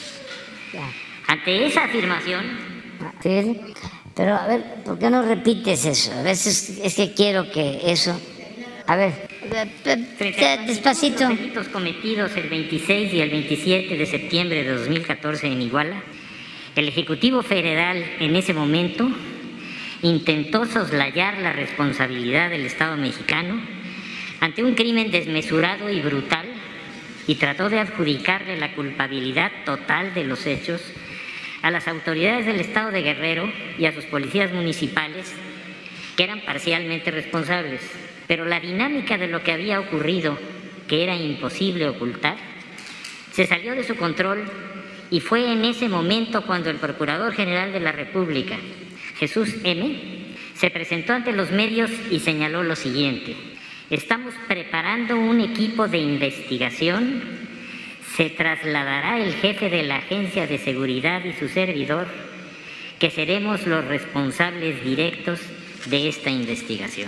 Ante esa afirmación... Sí, pero a ver, ¿por qué no repites eso? A veces es que quiero que eso... A ver, Despacito. Los delitos cometidos el 26 y el 27 de septiembre de 2014 en Iguala, el Ejecutivo Federal en ese momento intentó soslayar la responsabilidad del Estado mexicano ante un crimen desmesurado y brutal y trató de adjudicarle la culpabilidad total de los hechos a las autoridades del Estado de Guerrero y a sus policías municipales, que eran parcialmente responsables. Pero la dinámica de lo que había ocurrido, que era imposible ocultar, se salió de su control y fue en ese momento cuando el Procurador General de la República, Jesús M., se presentó ante los medios y señaló lo siguiente: estamos preparando un equipo de investigación, se trasladará el jefe de la Agencia de Seguridad y su servidor, que seremos los responsables directos de esta investigación.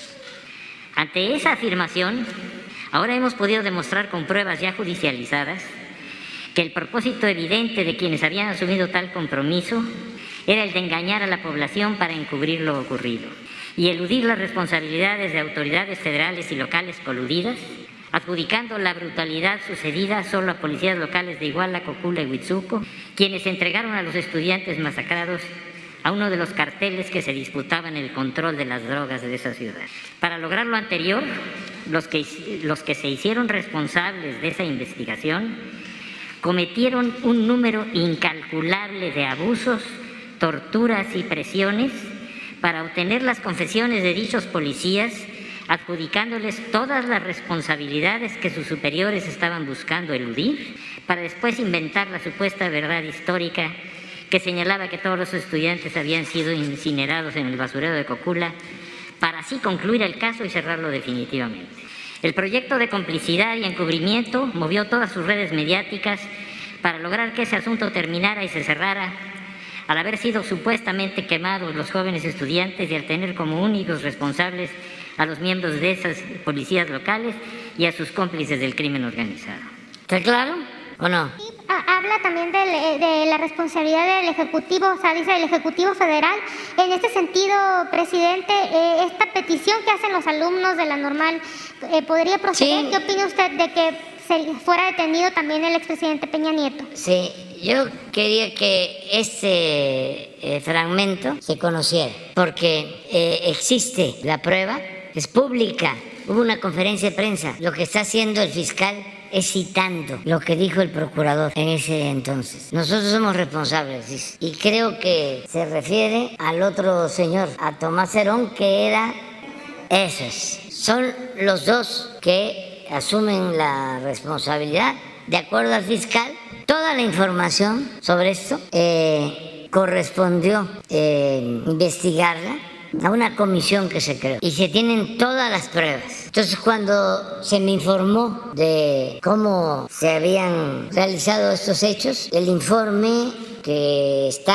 Ante esa afirmación, ahora hemos podido demostrar con pruebas ya judicializadas que el propósito evidente de quienes habían asumido tal compromiso era el de engañar a la población para encubrir lo ocurrido y eludir las responsabilidades de autoridades federales y locales coludidas, adjudicando la brutalidad sucedida solo a policías locales de Iguala, Cocula y Huitzuco, quienes entregaron a los estudiantes masacrados a uno de los carteles que se disputaban el control de las drogas de esa ciudad. Para lograr lo anterior, los que se hicieron responsables de esa investigación cometieron un número incalculable de abusos, torturas y presiones para obtener las confesiones de dichos policías, adjudicándoles todas las responsabilidades que sus superiores estaban buscando eludir, para después inventar la supuesta verdad histórica que señalaba que todos los estudiantes habían sido incinerados en el basurero de Cocula, para así concluir el caso y cerrarlo definitivamente. El proyecto de complicidad y encubrimiento movió todas sus redes mediáticas para lograr que ese asunto terminara y se cerrara, al haber sido supuestamente quemados los jóvenes estudiantes y al tener como únicos responsables a los miembros de esas policías locales y a sus cómplices del crimen organizado. ¿Está claro o no? Habla también de la responsabilidad del Ejecutivo, o sea, dice el Ejecutivo Federal. En este sentido, presidente, esta petición que hacen los alumnos de la Normal, ¿podría proceder? Sí. ¿Qué opina usted de que se fuera detenido también el expresidente Peña Nieto? Sí, yo quería que este fragmento se conociera, porque existe la prueba, es pública. Hubo una conferencia de prensa. Lo que está haciendo el fiscal es citando lo que dijo el procurador en ese entonces. Nosotros somos responsables, dice. Y creo que se refiere al otro señor, a Tomás Herón, que era... Eso es. Son los dos que asumen la responsabilidad. De acuerdo al fiscal, toda la información sobre esto correspondió investigarla a una comisión que se creó y se tienen todas las pruebas. Entonces, cuando se me informó de cómo se habían realizado estos hechos, el informe que está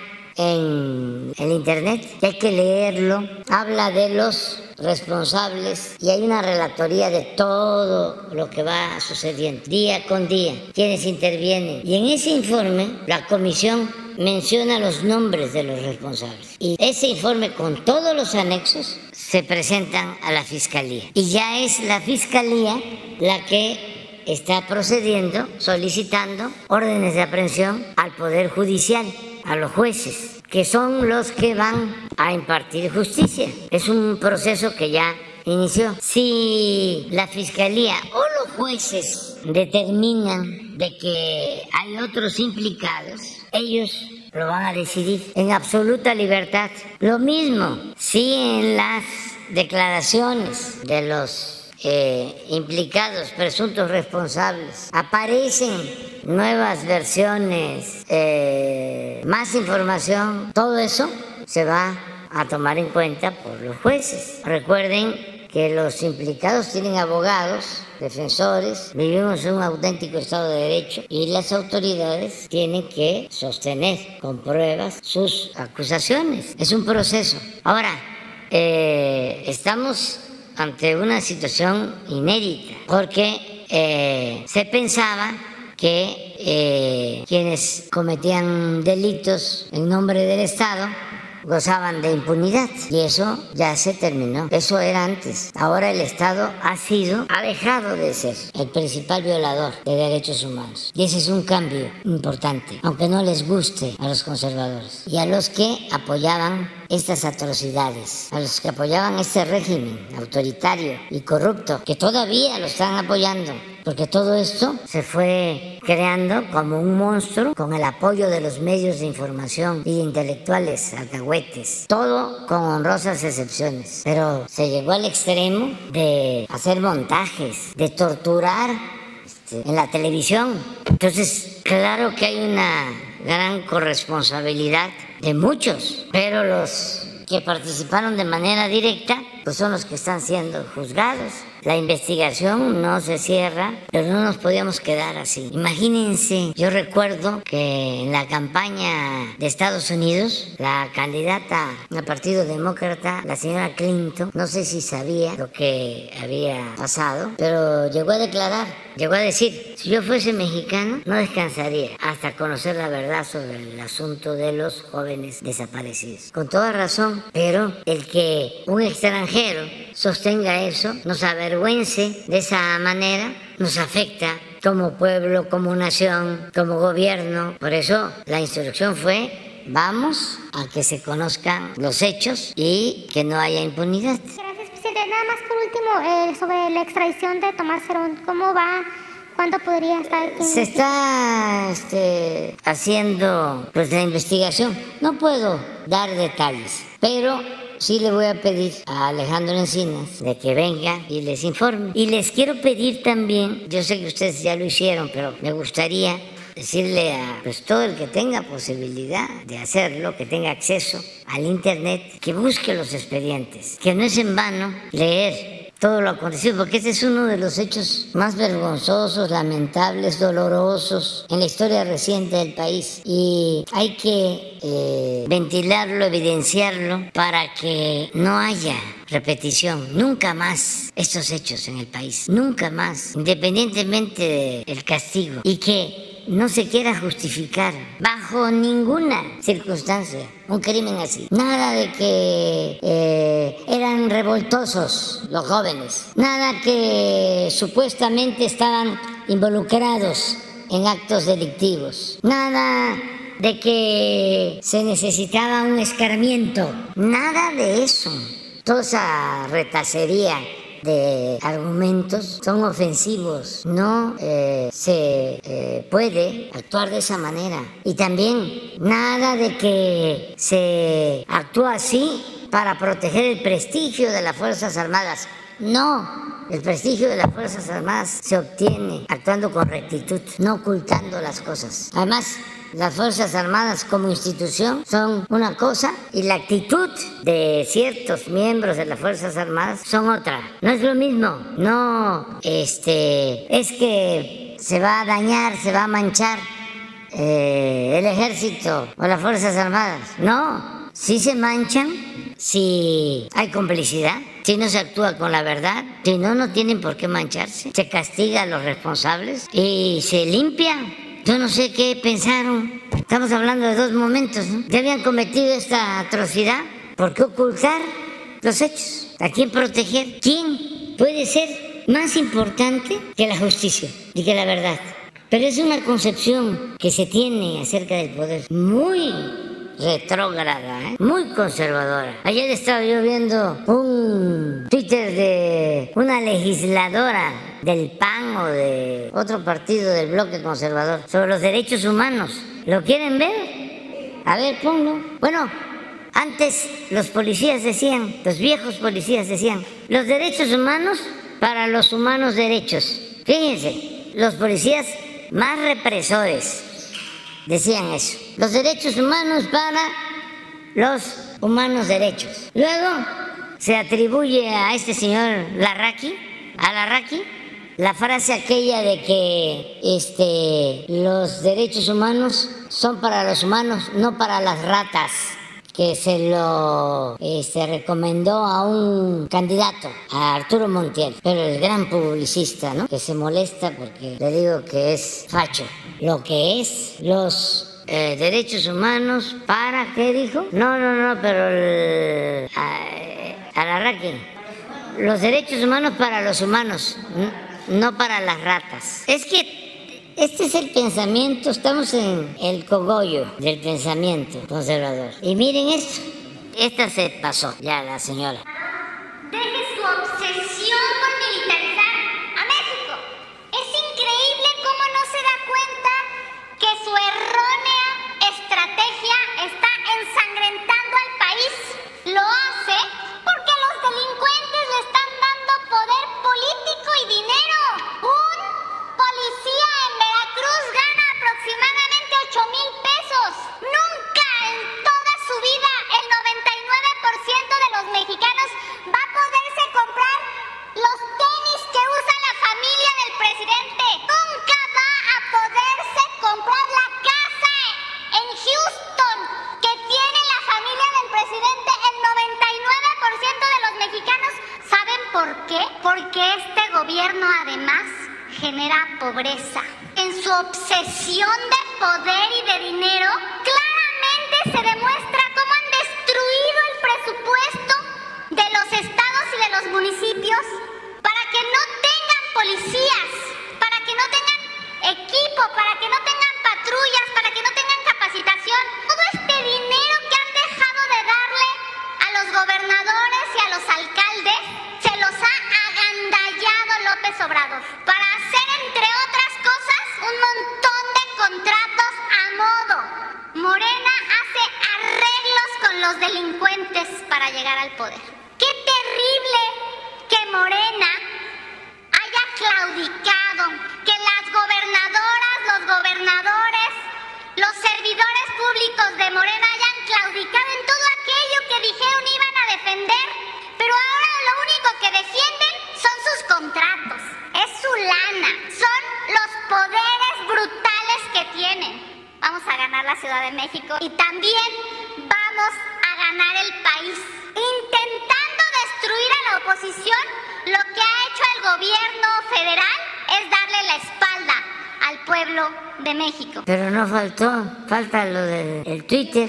en el internet, hay que leerlo, habla de los responsables y hay una relatoría de todo lo que va sucediendo día con día, quienes intervienen, y en ese informe la comisión menciona los nombres de los responsables y ese informe con todos los anexos se presentan a la Fiscalía y ya es la Fiscalía la que está procediendo, solicitando órdenes de aprehensión al Poder Judicial, a los jueces, que son los que van a impartir justicia. Es un proceso que ya inició. Si la Fiscalía o los jueces determinan de que hay otros implicados, ellos lo van a decidir en absoluta libertad. Lo mismo si en las declaraciones de los implicados, presuntos responsables, aparecen nuevas versiones, más información, todo eso se va a tomar en cuenta por los jueces. Recuerden que los implicados tienen abogados, defensores, vivimos en un auténtico Estado de Derecho y las autoridades tienen que sostener con pruebas sus acusaciones. Es un proceso. Ahora, estamos ante una situación inédita, porque se pensaba que quienes cometían delitos en nombre del Estado gozaban de impunidad y eso ya se terminó. Eso era antes. Ahora el Estado ha dejado de ser el principal violador de derechos humanos. Y ese es un cambio importante, aunque no les guste a los conservadores y a los que apoyaban estas atrocidades, a los que apoyaban este régimen autoritario y corrupto, que todavía lo están apoyando, porque todo esto se fue creando como un monstruo con el apoyo de los medios de información y de intelectuales alcahuetes, todo con honrosas excepciones, pero se llegó al extremo de hacer montajes, de torturar en la televisión. Entonces, claro que hay una gran corresponsabilidad de muchos, pero los que participaron de manera directa pues son los que están siendo juzgados. La investigación no se cierra, pero no nos podíamos quedar así. Imagínense, yo recuerdo que en la campaña de Estados Unidos, la candidata al Partido Demócrata, la señora Clinton, no sé si sabía lo que había pasado, pero llegó a declarar, llegó a decir, si yo fuese mexicano, no descansaría hasta conocer la verdad sobre el asunto de los jóvenes desaparecidos. Con toda razón, pero el que un extranjero sostenga eso, nos avergüence de esa manera, nos afecta como pueblo, como nación, como gobierno. Por eso la instrucción fue, vamos a que se conozcan los hechos y que no haya impunidad. Gracias, presidente. Nada más por último, sobre la extradición de Tomás Herón, ¿cómo va? ¿Cuándo podría estar aquí? Se está haciendo pues la investigación. No puedo dar detalles, pero sí le voy a pedir a Alejandro Encinas de que venga y les informe. Y les quiero pedir también, yo sé que ustedes ya lo hicieron, pero me gustaría decirle a pues, todo el que tenga posibilidad de hacerlo, que tenga acceso al internet, que busque los expedientes, que no es en vano leer todo lo acontecido, porque este es uno de los hechos más vergonzosos, lamentables, dolorosos en la historia reciente del país, y hay que ventilarlo, evidenciarlo para que no haya repetición, nunca más estos hechos en el país, nunca más, independientemente del castigo, y que no se quiera justificar bajo ninguna circunstancia un crimen así. Nada de que eran revoltosos los jóvenes, nada que supuestamente estaban involucrados en actos delictivos, nada de que se necesitaba un escarmiento, nada de eso. Toda esa retacería de argumentos son ofensivos, no se puede actuar de esa manera. Y también nada de que se actúa así para proteger el prestigio de las Fuerzas Armadas. No, el prestigio de las Fuerzas Armadas se obtiene actuando con rectitud, no ocultando las cosas. Además, las Fuerzas Armadas como institución son una cosa y la actitud de ciertos miembros de las Fuerzas Armadas son otra. No es lo mismo. No, es que se va a dañar, se va a manchar el ejército o las Fuerzas Armadas. No, sí se manchan si hay complicidad, si no se actúa con la verdad, si no, no tienen por qué mancharse. Se castiga a los responsables y se limpia. Yo no sé qué pensaron. Estamos hablando de dos momentos, ¿no? Ya habían cometido esta atrocidad. ¿Por qué ocultar los hechos? ¿A quién proteger? ¿Quién puede ser más importante que la justicia y que la verdad? Pero es una concepción que se tiene acerca del poder muy retrógrada, muy conservadora. Ayer estaba yo viendo un Twitter de una legisladora del PAN o de otro partido del bloque conservador sobre los derechos humanos. ¿Lo quieren ver? A ver, ponlo. Bueno, antes los policías decían, los viejos policías decían, los derechos humanos para los humanos derechos. Fíjense, los policías más represores decían eso. Los derechos humanos para los humanos derechos. Luego se atribuye a este señor Larraqui, la frase aquella de que los derechos humanos son para los humanos, no para las ratas, que se lo recomendó a un candidato, a Arturo Montiel, pero el gran publicista, ¿no? Que se molesta porque le digo que es facho. Lo que es, los derechos humanos para, ¿qué dijo? No, pero Alarraqui, los derechos humanos para los humanos, no para las ratas. Es que este es el pensamiento, estamos en el cogollo del pensamiento conservador. Y miren esto, esta se pasó ya la señora. Deje su obsesión por militarizar a México. Es increíble cómo no se da cuenta que su errónea estrategia está ensangrentando al país. Lo hace porque los delincuentes le están dando poder político y dinero. Un policía en Veracruz gana aproximadamente 8,000 pesos. Nunca en toda su vida el 99% de los mexicanos va a poderse comprar los tenis que usa la familia del presidente. Nunca va a poderse comprar la casa en Houston que tiene la familia del presidente. El 99% de los mexicanos, ¿saben por qué? Porque este gobierno además genera pobreza. En su obsesión de poder y de dinero, claramente se demuestra cómo han destruido el presupuesto de los estados y de los municipios para que no tengan policías, para que no tengan equipo, para que no tengan patrullas, para que no tengan capacitación. Todo este dinero que han dejado de darle a los gobernadores y a los alcaldes se los ha agandallado López Obrador para hacer, entre otras cosas, un montón de contratos a modo. Morena hace arreglos con los delincuentes para llegar al poder. ¡Qué terrible que Morena haya claudicado, que las gobernadoras, los gobernadores, los servidores públicos de Morena hayan claudicado en todo aquello que dijeron iban a defender, pero ahora lo único que defienden son sus contratos, es su lana, son los poderes brutales que tienen. Vamos a ganar la Ciudad de México y también vamos a ganar el país. Intentando destruir a la oposición, lo que ha hecho el gobierno federal es darle la espalda al pueblo de México. Pero no falta lo del Twitter,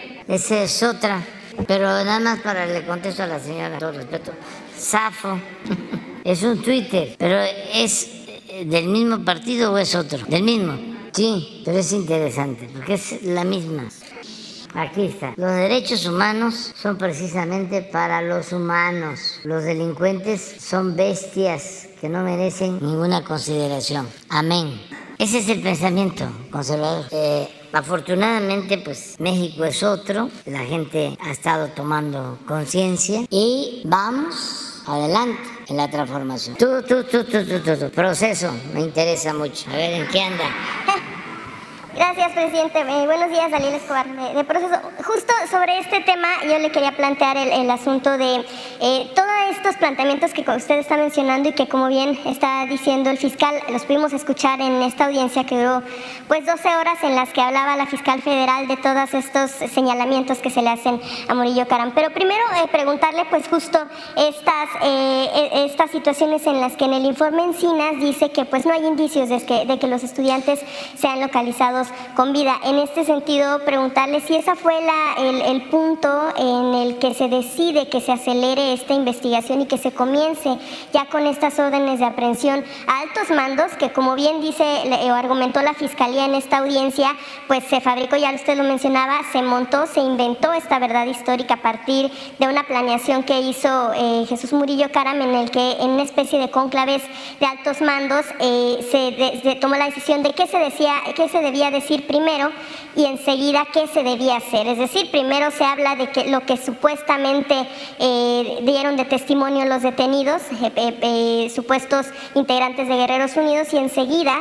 esa es otra. Pero nada más le contesto a la señora, todo respeto, Zafo, es un Twitter, pero ¿es del mismo partido o es otro? Del mismo, sí, pero es interesante, porque es la misma. Aquí está. Los derechos humanos son precisamente para los humanos. Los delincuentes son bestias que no merecen ninguna consideración. Amén. Ese es el pensamiento conservador. Afortunadamente, pues México es otro. La gente ha estado tomando conciencia y vamos adelante en la transformación. Tú. Proceso, me interesa mucho. A ver, ¿en qué anda? Gracias, presidente. Buenos días, Dalila Escobar, de Proceso. Justo sobre este tema yo le quería plantear el asunto de todos estos planteamientos que usted está mencionando y que, como bien está diciendo el fiscal, los pudimos escuchar en esta audiencia que duró pues 12 horas, en las que hablaba la fiscal federal de todos estos señalamientos que se le hacen a Murillo Karam. Pero primero preguntarle pues justo estas situaciones en las que en el informe Encinas dice que pues no hay indicios de que los estudiantes sean localizados con vida. En este sentido, preguntarle si esa fue el punto en el que se decide que se acelere esta investigación y que se comience ya con estas órdenes de aprehensión a altos mandos, que como bien dice o argumentó la Fiscalía en esta audiencia, pues se fabricó, ya usted lo mencionaba, se montó, se inventó esta verdad histórica a partir de una planeación que hizo Jesús Murillo Karam, en el que en una especie de cónclaves de altos mandos se tomó la decisión de qué se debía decir primero y enseguida qué se debía hacer. Es decir, primero se habla de que lo que supuestamente dieron de testimonio los detenidos, supuestos integrantes de Guerreros Unidos, y enseguida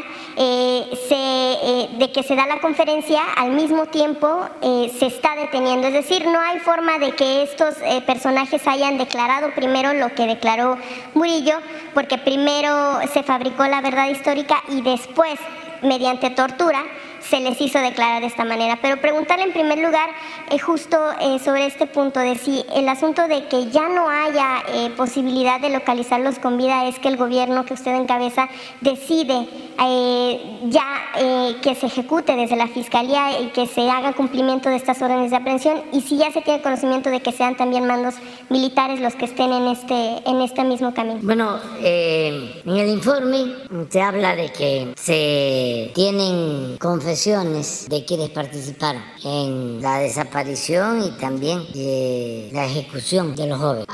de que se da la conferencia, al mismo tiempo se está deteniendo. Es decir, no hay forma de que estos personajes hayan declarado primero lo que declaró Murillo, porque primero se fabricó la verdad histórica y después, mediante tortura, se les hizo declarar de esta manera. Pero preguntarle en primer lugar justo sobre este punto de si el asunto de que ya no haya posibilidad de localizarlos con vida es que el gobierno que usted encabeza decide que se ejecute desde la Fiscalía y que se haga cumplimiento de estas órdenes de aprehensión, y si ya se tiene conocimiento de que sean también mandos militares los que estén en este mismo camino. Bueno, en el informe se habla de que se tienen confesiones de quienes participaron en la desaparición y también la ejecución de los jóvenes.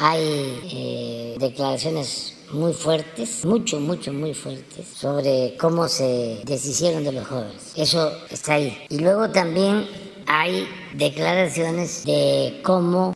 Hay declaraciones muy fuertes, muy fuertes, sobre cómo se deshicieron de los jóvenes. Eso está ahí. Y luego también hay declaraciones de cómo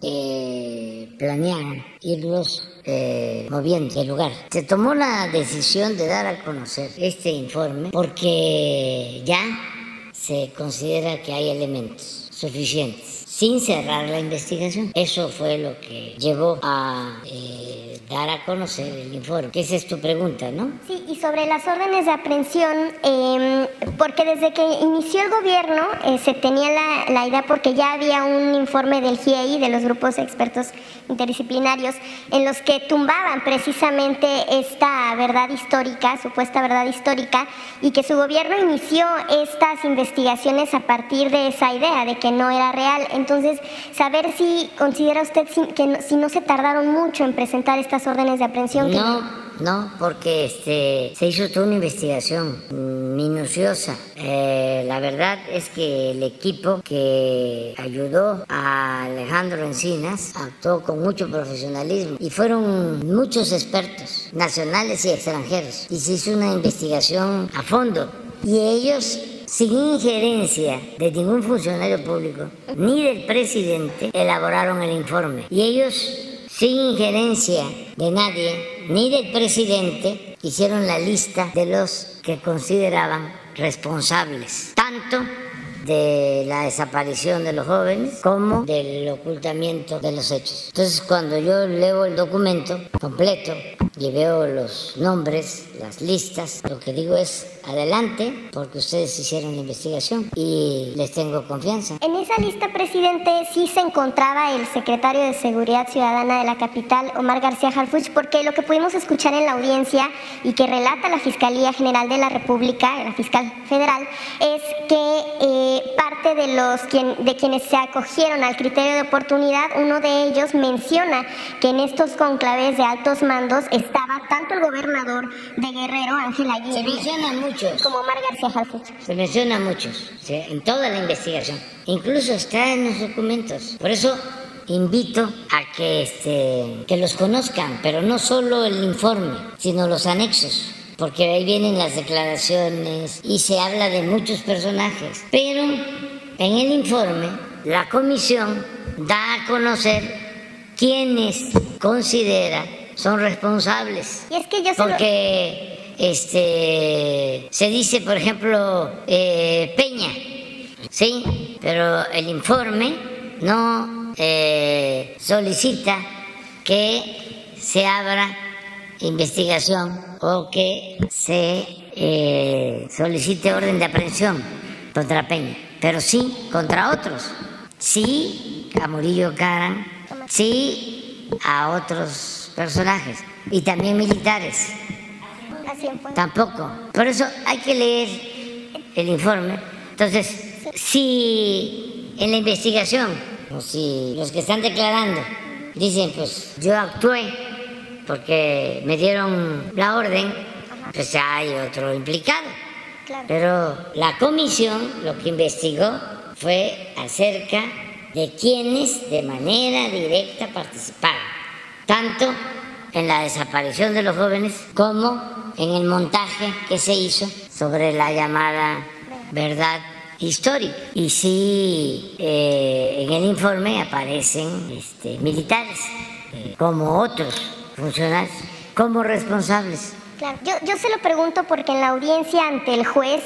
planearon irlos moviendo del lugar. Se tomó la decisión de dar a conocer este informe porque ya se considera que hay elementos suficientes sin cerrar la investigación. Eso fue lo que llevó a dar a conocer el informe. Esa es tu pregunta, ¿no? Sí, y sobre las órdenes de aprehensión, porque desde que inició el gobierno se tenía la idea, porque ya había un informe del GIEI, de los grupos expertos interdisciplinarios, en los que tumbaban precisamente esta verdad histórica, supuesta verdad histórica, y que su gobierno inició estas investigaciones a partir de esa idea de que no era real. Entonces, saber si considera usted si no se tardaron mucho en presentar estas órdenes de aprehensión. No, porque se hizo toda una investigación minuciosa. La verdad es que el equipo que ayudó a Alejandro Encinas actuó con mucho profesionalismo y fueron muchos expertos, nacionales y extranjeros, y se hizo una investigación a fondo. Y ellos, sin injerencia de ningún funcionario público ni del presidente, elaboraron el informe. Y ellos, sin injerencia de nadie, ni del presidente, hicieron la lista de los que consideraban responsables, tanto de la desaparición de los jóvenes como del ocultamiento de los hechos. Entonces, cuando yo leo el documento completo y veo los nombres, las listas, lo que digo es adelante, porque ustedes hicieron la investigación y les tengo confianza. En esa lista, presidente, sí se encontraba el secretario de Seguridad Ciudadana de la capital, Omar García Harfuch, porque lo que pudimos escuchar en la audiencia y que relata la Fiscalía General de la República, la fiscal federal, es que parte de quienes se acogieron al criterio de oportunidad, uno de ellos menciona que en estos conclaves de altos mandos estaba tanto el gobernador de Guerrero, Ángel Aguirre, se mencionan muchos, como Omar García Harfuch. Se mencionan muchos, en toda la investigación, incluso está en los documentos. Por eso invito a que los conozcan, pero no solo el informe, sino los anexos, porque ahí vienen las declaraciones y se habla de muchos personajes. Pero en el informe la comisión da a conocer quiénes considera son responsables. Y es que porque se dice, por ejemplo, Peña, sí, pero el informe no solicita que se abra investigación o que se solicite orden de aprehensión contra Peña, pero sí contra otros, sí a Murillo Karam, sí a otros personajes y también militares. Tampoco. Por eso hay que leer el informe. Entonces, si en la investigación, o si los que están declarando dicen, pues yo actué porque me dieron la orden, pues hay otro implicado. Claro. Pero la comisión lo que investigó fue acerca de quienes de manera directa participaron, tanto en la desaparición de los jóvenes como en el montaje que se hizo sobre la llamada verdad histórica. Y sí, en el informe aparecen militares, como otros funcionarios, como responsables. Claro, yo se lo pregunto porque en la audiencia ante el juez parte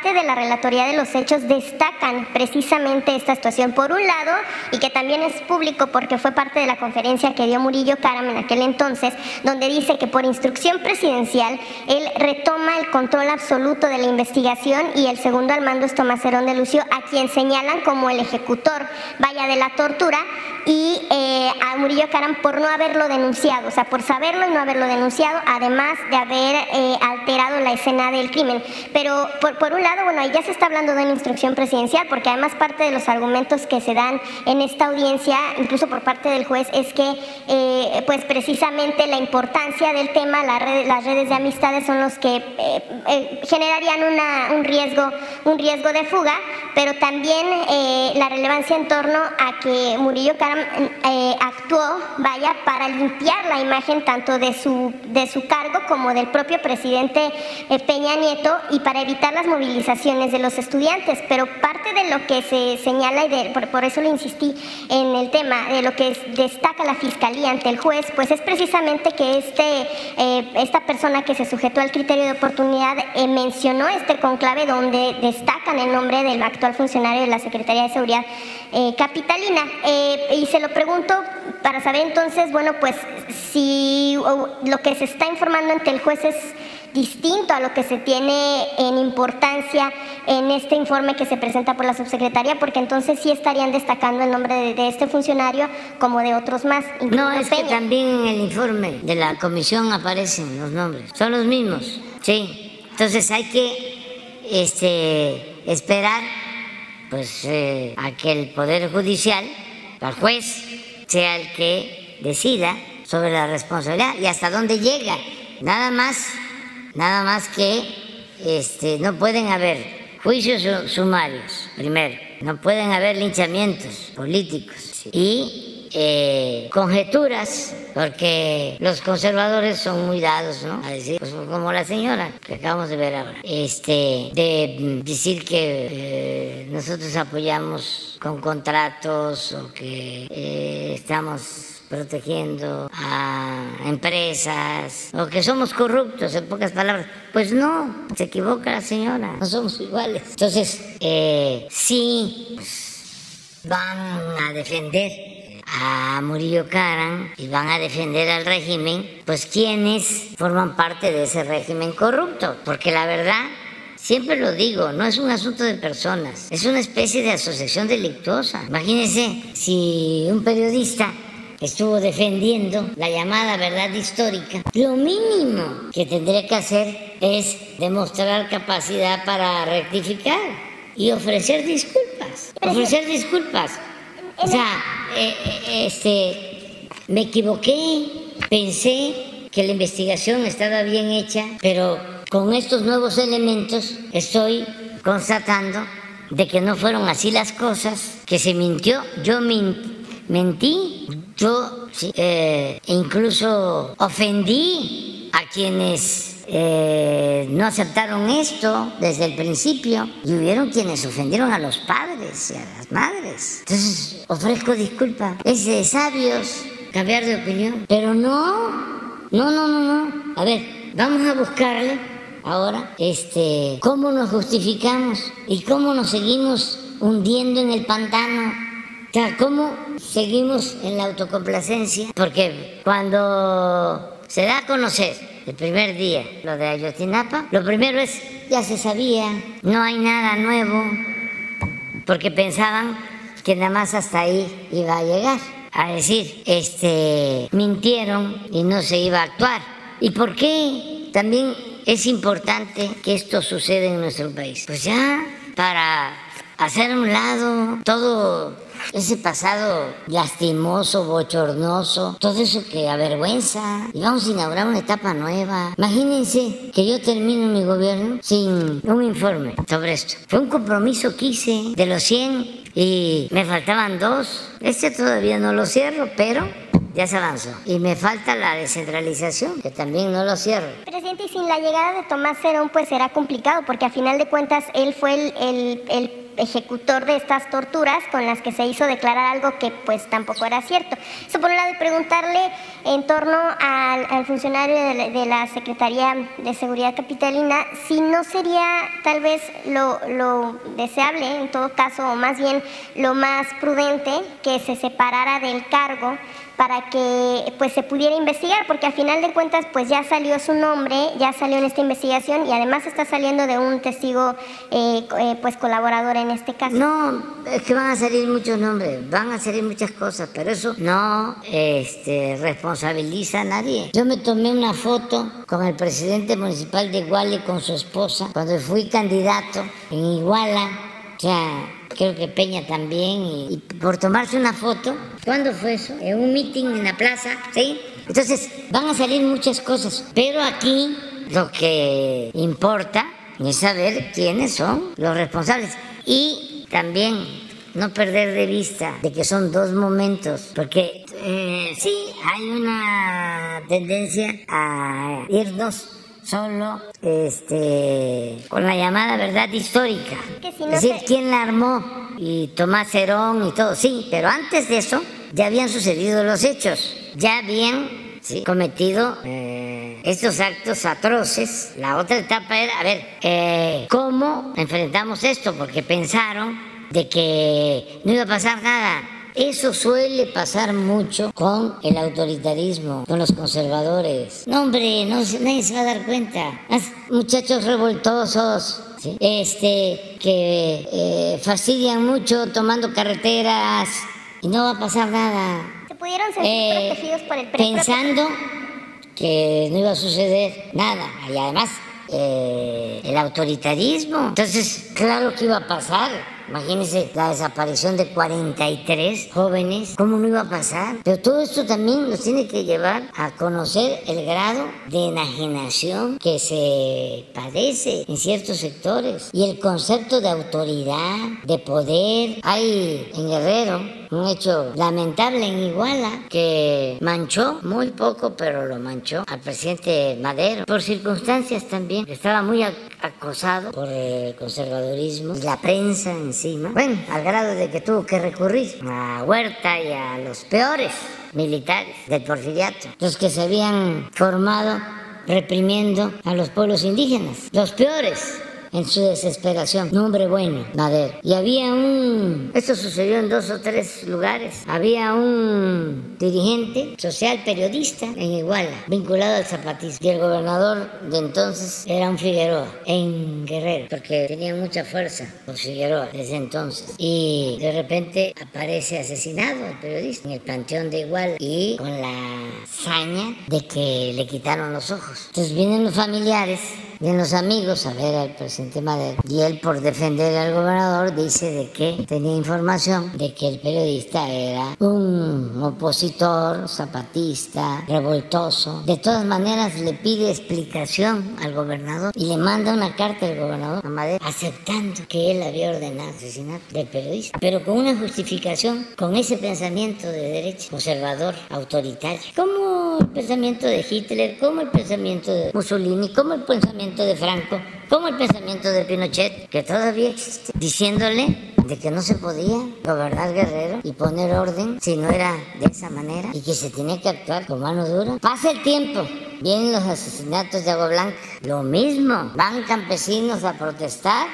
parte de la relatoría de los hechos destacan precisamente esta situación. Por un lado, y que también es público porque fue parte de la conferencia que dio Murillo Karam en aquel entonces, donde dice que por instrucción presidencial él retoma el control absoluto de la investigación y el segundo al mando es Tomás Herón de Lucio, a quien señalan como el ejecutor, vaya, de la tortura, y a Murillo Karam por no haberlo denunciado, o sea, por saberlo y no haberlo denunciado, además de haber alterado la escena del crimen. Pero por un lado, bueno, ahí ya se está hablando de una instrucción presidencial, porque además parte de los argumentos que se dan en esta audiencia, incluso por parte del juez, es que pues precisamente la importancia del tema, las redes de amistades son los que generarían un riesgo de fuga, pero también la relevancia en torno a que Murillo Karam actuó, vaya, para limpiar la imagen tanto de su cargo como del propio presidente Peña Nieto y para evitar las movilizaciones de los estudiantes. Pero parte de lo que se señala, y por eso le insistí en el tema, de lo que destaca la Fiscalía ante el juez, pues es precisamente que esta persona que se sujetó al criterio de oportunidad mencionó este conclave donde destacan el nombre del actual funcionario de la Secretaría de Seguridad capitalina. Y se lo pregunto para saber entonces, bueno, pues si lo que se está informando ante el juez es distinto a lo que se tiene en importancia en este informe que se presenta por la subsecretaría, porque entonces sí estarían destacando el nombre de este funcionario como de otros más. No, es Peña. Que también en el informe de la comisión aparecen los nombres, son los mismos, sí. Entonces hay que esperar pues a que el Poder Judicial, el juez, sea el que decida sobre la responsabilidad y hasta dónde llega. Nada más que no pueden haber juicios sumarios, primero, no pueden haber linchamientos políticos y conjeturas, porque los conservadores son muy dados, ¿no?, a decir, pues, como la señora que acabamos de ver ahora, de decir que nosotros apoyamos con contratos o que estamos protegiendo a empresas o que somos corruptos, en pocas palabras. Pues no, se equivoca la señora, no somos iguales. Entonces, sí, pues, van a defender a Murillo Karam y van a defender al régimen, pues quienes forman parte de ese régimen corrupto, porque la verdad, siempre lo digo, no es un asunto de personas, es una especie de asociación delictuosa. Imagínense si un periodista estuvo defendiendo la llamada verdad histórica, lo mínimo que tendría que hacer es demostrar capacidad para rectificar y ofrecer disculpas. O sea, me equivoqué, pensé que la investigación estaba bien hecha, pero con estos nuevos elementos estoy constatando de que no fueron así las cosas, que se mintió, yo mentí, yo incluso ofendí a quienes no aceptaron esto desde el principio, y hubieron quienes ofendieron a los padres y a las madres. Entonces ofrezco disculpas. Es de sabios cambiar de opinión, pero no. A ver, vamos a buscarle ahora cómo nos justificamos y cómo nos seguimos hundiendo en el pantano. O sea, cómo seguimos en la autocomplacencia, porque cuando se da a conocer el primer día lo de Ayotzinapa, lo primero es, ya se sabía, no hay nada nuevo, porque pensaban que nada más hasta ahí iba a llegar, a decir, mintieron y no se iba a actuar. ¿Y por qué también es importante que esto suceda en nuestro país? Pues ya para hacer a un lado todo ese pasado lastimoso, bochornoso, todo eso que avergüenza, y vamos a inaugurar una etapa nueva. Imagínense que yo termino mi gobierno sin un informe sobre esto. Fue un compromiso que hice de los 100 y me faltaban 2. Todavía no lo cierro, pero ya se avanzó. Y me falta la descentralización, que también no lo cierro. Presidente, y sin la llegada de Tomás Herón, pues será complicado, porque a final de cuentas él fue el ejecutor de estas torturas con las que se hizo declarar algo que pues tampoco era cierto. Eso por un lado, y preguntarle en torno al funcionario de la Secretaría de Seguridad Capitalina si no sería tal vez lo deseable, en todo caso, o más bien lo más prudente, que se separara del cargo para que pues se pudiera investigar, porque al final de cuentas pues ya salió su nombre, ya salió en esta investigación y además está saliendo de un testigo pues colaborador en este caso. No, es que van a salir muchos nombres, van a salir muchas cosas, pero eso no responsabiliza a nadie. Yo me tomé una foto con el presidente municipal de Iguala y con su esposa cuando fui candidato en Iguala, o sea, creo que Peña también, y por tomarse una foto. ¿Cuándo fue eso? En un meeting en la plaza, ¿sí? Entonces, van a salir muchas cosas, pero aquí lo que importa es saber quiénes son los responsables y también no perder de vista de que son dos momentos, porque sí, hay una tendencia a irnos solo con la llamada verdad histórica, es decir, quién la armó, y Tomás Herón y todo, sí, pero antes de eso ya habían sucedido los hechos, ya habían cometido estos actos atroces. La otra etapa era, a ver, ¿cómo enfrentamos esto? Porque pensaron de que no iba a pasar nada. Eso suele pasar mucho con el autoritarismo, con los conservadores. No, hombre, nadie se va a dar cuenta. Muchachos revoltosos, ¿sí? Que fastidian mucho tomando carreteras y no va a pasar nada. Se pudieron sentir protegidos por el pensando que no iba a suceder nada. Y además, el autoritarismo. Entonces, claro que iba a pasar. Imagínense la desaparición de 43 jóvenes, ¿cómo no iba a pasar? Pero todo esto también nos tiene que llevar a conocer el grado de enajenación que se padece en ciertos sectores y el concepto de autoridad, de poder. Hay en Guerrero un hecho lamentable en Iguala que manchó, muy poco, pero lo manchó al presidente Madero, por circunstancias también. Estaba muy acosado por el conservadurismo y la prensa encima. Bueno, al grado de que tuvo que recurrir a Huerta y a los peores militares del Porfiriato, los que se habían formado reprimiendo a los pueblos indígenas, los peores. En su desesperación, un hombre bueno, Madero. Y había esto sucedió en 2 o 3 lugares, había un dirigente social, periodista, en Iguala, vinculado al zapatismo. Y el gobernador de entonces era un Figueroa, en Guerrero, porque tenía mucha fuerza los Figueroa desde entonces. Y de repente aparece asesinado el periodista en el panteón de Iguala y con la hazaña de que le quitaron los ojos. Entonces vienen los familiares, vienen los amigos a ver al presidente Madero, y él, por defender al gobernador, dice de que tenía información de que el periodista era un opositor zapatista, revoltoso. De todas maneras le pide explicación al gobernador y le manda una carta al gobernador, a Madero, aceptando que él había ordenado el asesinato del periodista, pero con una justificación, con ese pensamiento de derecha, conservador, autoritario, como el pensamiento de Hitler, como el pensamiento de Mussolini, como el pensamiento de Franco, como el pensamiento de Pinochet, que todavía existe, diciéndole de que no se podía gobernar Guerrero y poner orden si no era de esa manera y que se tenía que actuar con mano dura. Pasa el tiempo, vienen los asesinatos de Agua Blanca, lo mismo, van campesinos a protestar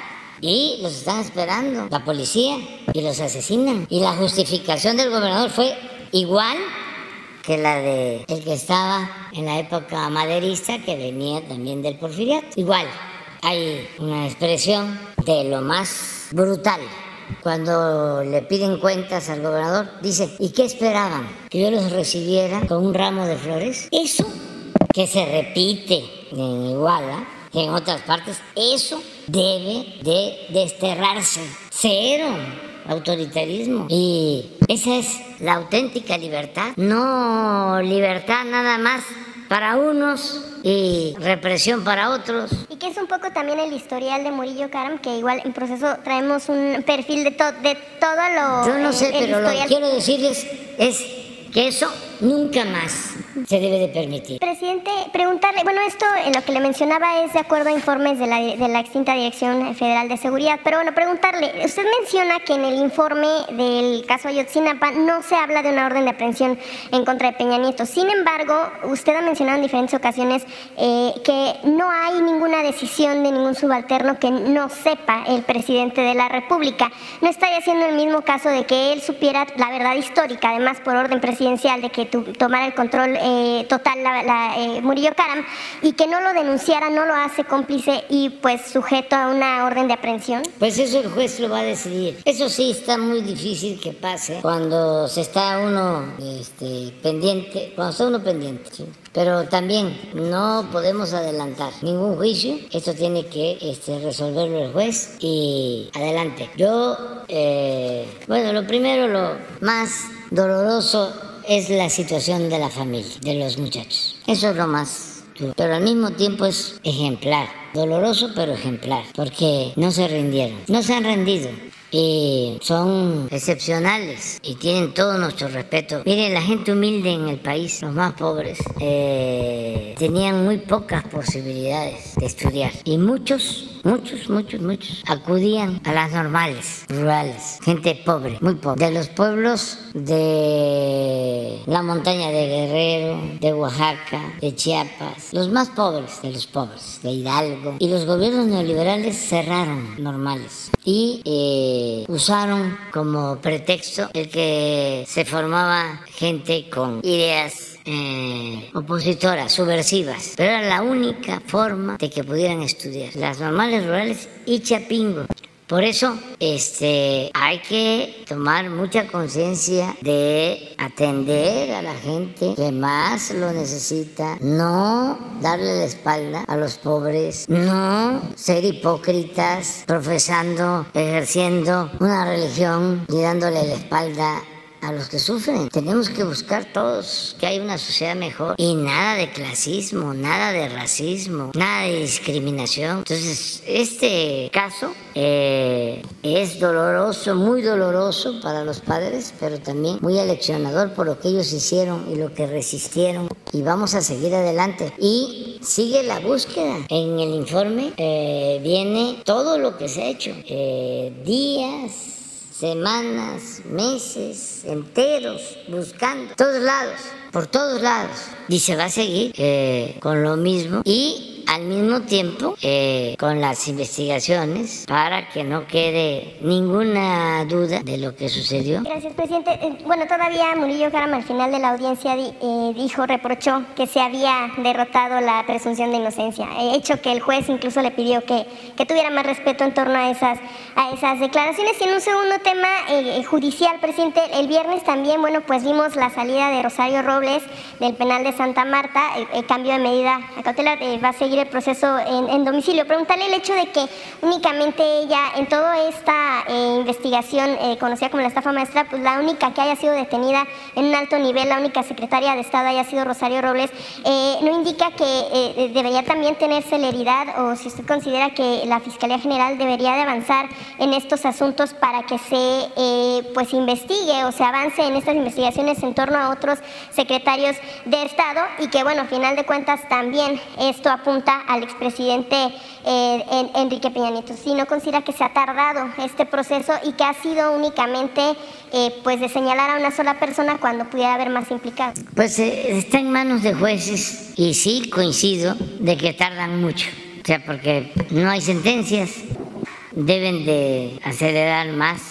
y los están esperando la policía y los asesinan. Y la justificación del gobernador fue igual que la de el que estaba en la época maderista, que venía también del Porfiriato. Igual, hay una expresión de lo más brutal. Cuando le piden cuentas al gobernador, dice, ¿y qué esperaban? ¿Que yo los recibiera con un ramo de flores? Eso que se repite en Iguala, en otras partes, eso debe de desterrarse. Cero autoritarismo. Y esa es la auténtica libertad. No libertad nada más para unos y represión para otros. Y que es un poco también el historial de Murillo Karam, que igual en Proceso traemos un perfil de todo lo... Yo no sé, pero lo que quiero decirles es que eso nunca más se debe de permitir. Presidente, preguntarle, bueno, esto en lo que le mencionaba es de acuerdo a informes de la extinta Dirección Federal de Seguridad, pero bueno, preguntarle, usted menciona que en el informe del caso Ayotzinapa no se habla de una orden de aprehensión en contra de Peña Nieto. Sin embargo, usted ha mencionado en diferentes ocasiones que no hay ninguna decisión de ningún subalterno que no sepa el presidente de la República. ¿No estaría siendo el mismo caso de que él supiera la verdad histórica, además por orden presidencial, de que tomara el control total Murillo Karam, y que no lo denunciara, no lo hace cómplice y pues sujeto a una orden de aprehensión? Pues eso el juez lo va a decidir. Eso sí está muy difícil que pase cuando se está uno pendiente, ¿sí? Pero también no podemos adelantar ningún juicio. Esto tiene que resolverlo el juez y adelante. Yo, lo primero, lo más doloroso es la situación de la familia, de los muchachos. Eso es lo más duro. Pero al mismo tiempo es ejemplar. Doloroso, pero ejemplar. Porque no se rindieron. No se han rendido. Y son excepcionales y tienen todo nuestro respeto. Miren, la gente humilde en el país, los más pobres, tenían muy pocas posibilidades de estudiar. Y muchos acudían a las normales, rurales, gente pobre, muy pobre, de los pueblos de la montaña de Guerrero, de Oaxaca, de Chiapas, los más pobres de los pobres, de Hidalgo. Y los gobiernos neoliberales cerraron normales y usaron como pretexto el que se formaba gente con ideas opositoras, subversivas, pero era la única forma de que pudieran estudiar, las normales rurales y Chapingo. Por eso hay que tomar mucha conciencia de atender a la gente que más lo necesita, no darle la espalda a los pobres, no ser hipócritas profesando, ejerciendo una religión y dándole la espalda a los que sufren. Tenemos que buscar todos que hay una sociedad mejor y nada de clasismo, nada de racismo, nada de discriminación. Entonces, este caso es doloroso, muy doloroso para los padres, pero también muy aleccionador por lo que ellos hicieron y lo que resistieron. Y vamos a seguir adelante. Y sigue la búsqueda. En el informe viene todo lo que se ha hecho. Días, semanas, meses enteros buscando, todos lados, por todos lados. Y se va a seguir con lo mismo y al mismo tiempo con las investigaciones para que no quede ninguna duda de lo que sucedió. Gracias, presidente. Bueno, todavía Murillo Karam al final de la audiencia reprochó que se había derrotado la presunción de inocencia, hecho que el juez incluso le pidió que tuviera más respeto en torno a esas declaraciones. Y en un segundo tema judicial, presidente, el viernes también, pues vimos la salida de Rosario Robles del penal de Santa Marta, el cambio de medida cautelar, va a seguir el proceso en domicilio. Preguntarle el hecho de que únicamente ella, en toda esta investigación conocida como la estafa maestra, pues la única que haya sido detenida en un alto nivel, la única secretaria de Estado haya sido Rosario Robles, ¿no indica que debería también tener celeridad, o si usted considera que la Fiscalía General debería de avanzar en estos asuntos para que se investigue o se avance en estas investigaciones en torno a otros secretarios de Estado, y que a final de cuentas también esto apunta al expresidente Enrique Peña Nieto? Si no considera que se ha tardado este proceso y que ha sido únicamente de señalar a una sola persona cuando pudiera haber más implicados. Pues está en manos de jueces y sí coincido de que tardan mucho, porque no hay sentencias, deben de acelerar más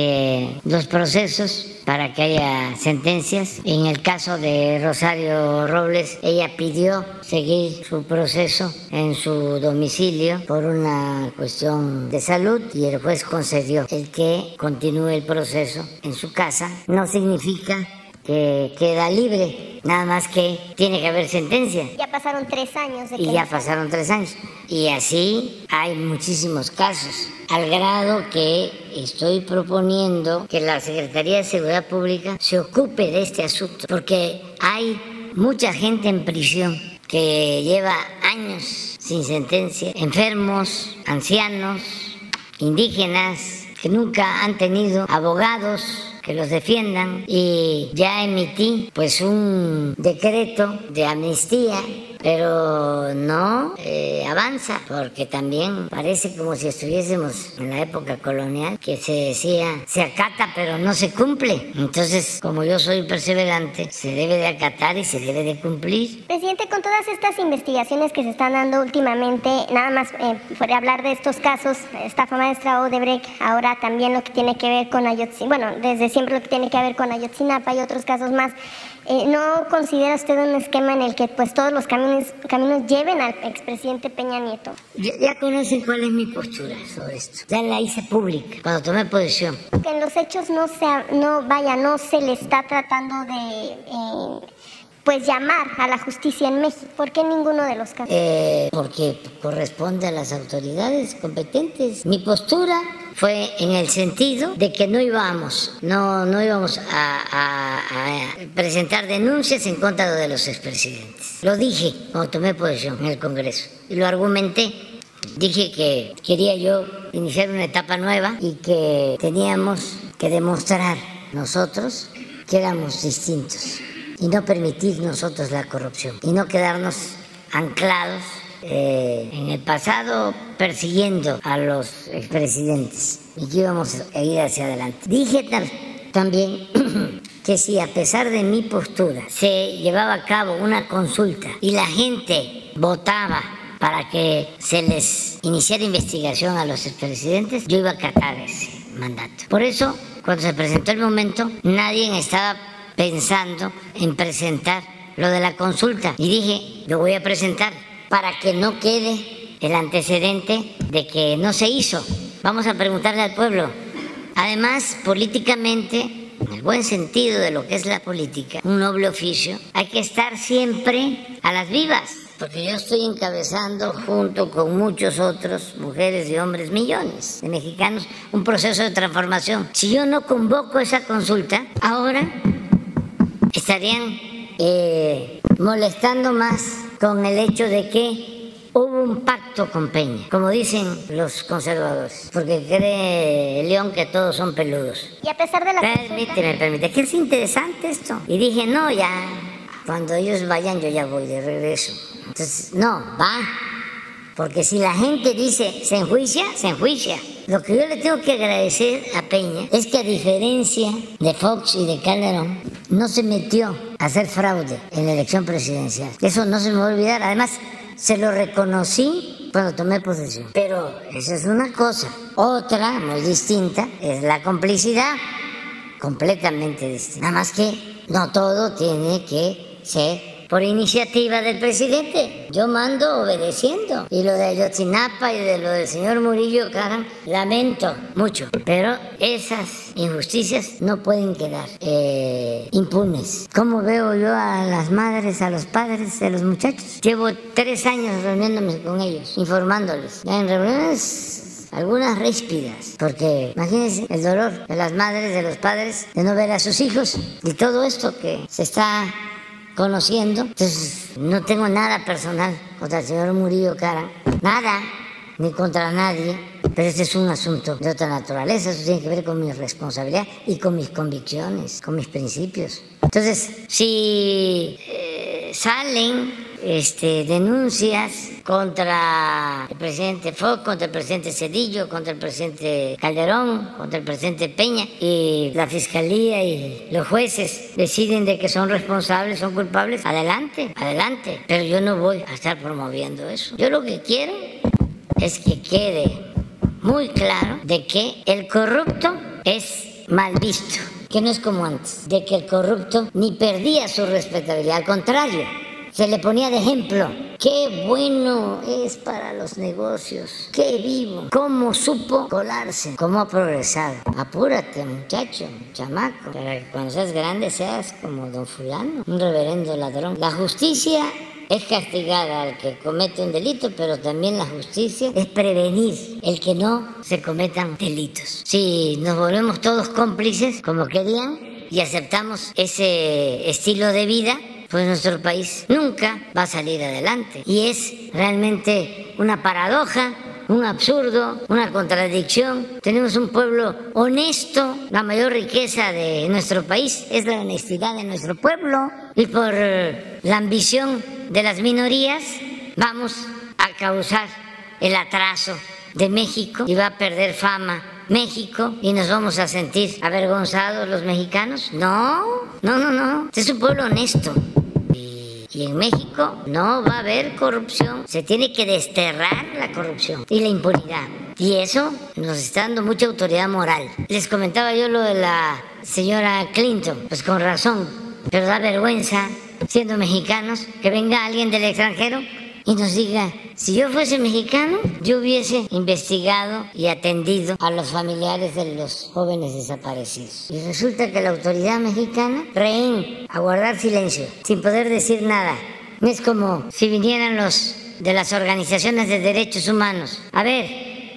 los procesos para que haya sentencias. En el caso de Rosario Robles, ella pidió seguir su proceso en su domicilio por una cuestión de salud y el juez concedió el que continúe el proceso en su casa. No significa que queda libre, nada más que tiene que haber sentencia. Ya pasaron 3 años. Pasaron 3 años. Y así hay muchísimos casos, al grado que estoy proponiendo que la Secretaría de Seguridad Pública se ocupe de este asunto, porque hay mucha gente en prisión que lleva años sin sentencia, enfermos, ancianos, indígenas, que nunca han tenido abogados, que los defiendan, y ya emití pues un decreto de amnistía, pero no avanza, porque también parece como si estuviésemos en la época colonial, que se decía se acata pero no se cumple. Entonces, como yo soy perseverante, se debe de acatar y se debe de cumplir. Presidente, con todas estas investigaciones que se están dando últimamente, nada más por hablar de estos casos, estafa maestra Odebrecht, ahora también lo que tiene que ver con Ayotzinapa, bueno, desde siempre lo que tiene que ver con Ayotzinapa y otros casos más, ¿no considera usted un esquema en el que pues todos los caminos lleven al expresidente Peña Nieto? Ya conocen cuál es mi postura sobre esto. Ya la hice pública cuando tomé posesión. Que en los hechos no se le está tratando de pues llamar a la justicia en México. ¿Por qué ninguno de los casos? Porque corresponde a las autoridades competentes. Mi postura fue en el sentido de que no íbamos a presentar denuncias en contra de los expresidentes. Lo dije cuando tomé posesión en el Congreso y lo argumenté. Dije que quería yo iniciar una etapa nueva y que teníamos que demostrar nosotros que éramos distintos y no permitir nosotros la corrupción y no quedarnos anclados en el pasado persiguiendo a los expresidentes y que íbamos a ir hacia adelante. Dije también que si a pesar de mi postura se llevaba a cabo una consulta y la gente votaba para que se les iniciara investigación a los expresidentes, yo iba a acatar ese mandato. Por eso, cuando se presentó el momento, nadie estaba pensando en presentar lo de la consulta. Y dije, lo voy a presentar para que no quede el antecedente de que no se hizo. Vamos a preguntarle al pueblo. Además, políticamente, en el buen sentido de lo que es la política, un noble oficio, hay que estar siempre a las vivas. Porque yo estoy encabezando, junto con muchos otros, mujeres y hombres, millones de mexicanos, un proceso de transformación. Si yo no convoco esa consulta, ahora estarían molestando más con el hecho de que hubo un pacto con Peña, como dicen los conservadores, porque cree León que todos son peludos. Y a pesar de la Permíteme, que es interesante esto. Y dije, no, ya, cuando ellos vayan yo ya voy de regreso. Entonces, no, va, porque si la gente dice se enjuicia, se enjuicia. Lo que yo le tengo que agradecer a Peña es que, a diferencia de Fox y de Calderón, no se metió a hacer fraude en la elección presidencial. Eso no se me va a olvidar. Además, se lo reconocí cuando tomé posesión. Pero esa es una cosa. Otra, muy distinta, es la complicidad. Completamente distinta. Nada más que no todo tiene que ser por iniciativa del presidente. Yo mando obedeciendo. Y lo de Ayotzinapa y de lo del señor Murillo Karam, lamento mucho. Pero esas injusticias no pueden quedar impunes. ¿Cómo veo yo a las madres, a los padres de los muchachos? Llevo 3 años reuniéndome con ellos, informándoles. Ya en reuniones algunas ríspidas, porque imagínense el dolor de las madres, de los padres, de no ver a sus hijos y todo esto que se está conociendo. Entonces, no tengo nada personal contra el señor Murillo Karam, nada, ni contra nadie, pero este es un asunto de otra naturaleza. Eso tiene que ver con mi responsabilidad y con mis convicciones, con mis principios. Entonces, si salen denuncias contra el presidente Fox, contra el presidente Zedillo, contra el presidente Calderón, contra el presidente Peña, y la fiscalía y los jueces deciden de que son responsables, son culpables, adelante, adelante. Pero yo no voy a estar promoviendo eso. Yo lo que quiero es que quede muy claro de que el corrupto es mal visto, que no es como antes, de que el corrupto ni perdía su respetabilidad, al contrario, se le ponía de ejemplo. Qué bueno es para los negocios, qué vivo, cómo supo colarse, cómo ha progresado. Apúrate, muchacho, chamaco, para que cuando seas grande seas como don fulano, un reverendo ladrón. La justicia es castigar al que comete un delito, pero también la justicia es prevenir el que no se cometan delitos. Si nos volvemos todos cómplices, como querían, y aceptamos ese estilo de vida, pues nuestro país nunca va a salir adelante. Y es realmente una paradoja un absurdo, una contradicción. Tenemos un pueblo honesto. La mayor riqueza de nuestro país es la honestidad de nuestro pueblo. Y por la ambición de las minorías vamos a causar el atraso de México y va a perder fama México y nos vamos a sentir avergonzados los mexicanos. No. Este es un pueblo honesto. Y en México no va a haber corrupción. Se tiene que desterrar la corrupción y la impunidad. Y eso nos está dando mucha autoridad moral. Les comentaba yo lo de la señora Clinton. Pues con razón. Pero da vergüenza, siendo mexicanos, que venga alguien del extranjero y nos diga, si yo fuese mexicano, yo hubiese investigado y atendido a los familiares de los jóvenes desaparecidos. Y resulta que la autoridad mexicana, rehén, a guardar silencio, sin poder decir nada. Es como si vinieran los de las organizaciones de derechos humanos. A ver,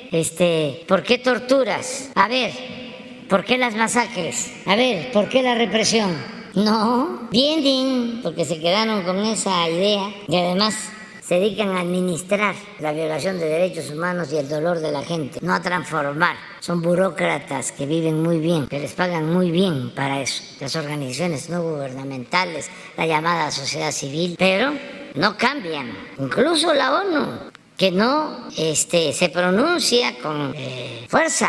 ¿por qué torturas? A ver, ¿por qué las masacres? A ver, ¿por qué la represión? No, bien, porque se quedaron con esa idea y además se dedican a administrar la violación de derechos humanos y el dolor de la gente, no a transformar. Son burócratas que viven muy bien, que les pagan muy bien para eso. Las organizaciones no gubernamentales, la llamada sociedad civil, pero no cambian. Incluso la ONU, que no se pronuncia con fuerza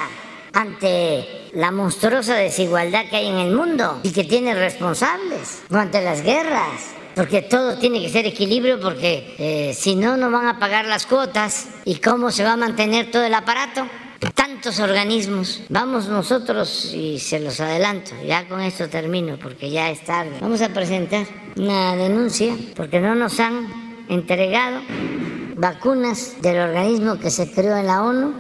ante la monstruosa desigualdad que hay en el mundo y que tiene responsables, o ante las guerras. Porque todo tiene que ser equilibrio, porque si no, no van a pagar las cuotas. ¿Y cómo se va a mantener todo el aparato? Tantos organismos. Vamos nosotros, y se los adelanto, ya con esto termino porque ya es tarde. Vamos a presentar una denuncia porque no nos han entregado vacunas del organismo que se creó en la ONU.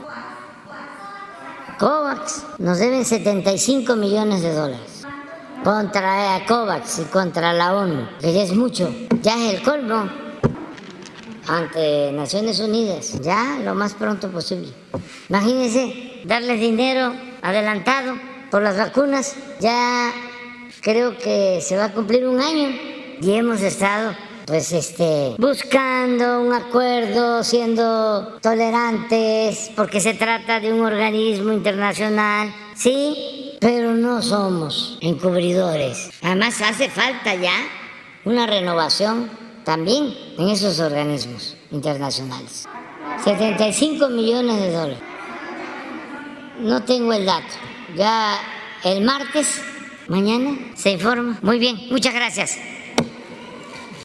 COVAX. Nos deben $75 millones. Contra COVAX y contra la ONU, que ya es mucho, ya es el colmo, ante Naciones Unidas, ya lo más pronto posible. Imagínense, darles dinero adelantado por las vacunas, ya creo que se va a cumplir un año y hemos estado buscando un acuerdo, siendo tolerantes, porque se trata de un organismo internacional, sí, pero no somos encubridores. Además hace falta ya una renovación también en esos organismos internacionales. $75 millones. No tengo el dato. Ya el martes, mañana, se informa. Muy bien, muchas gracias.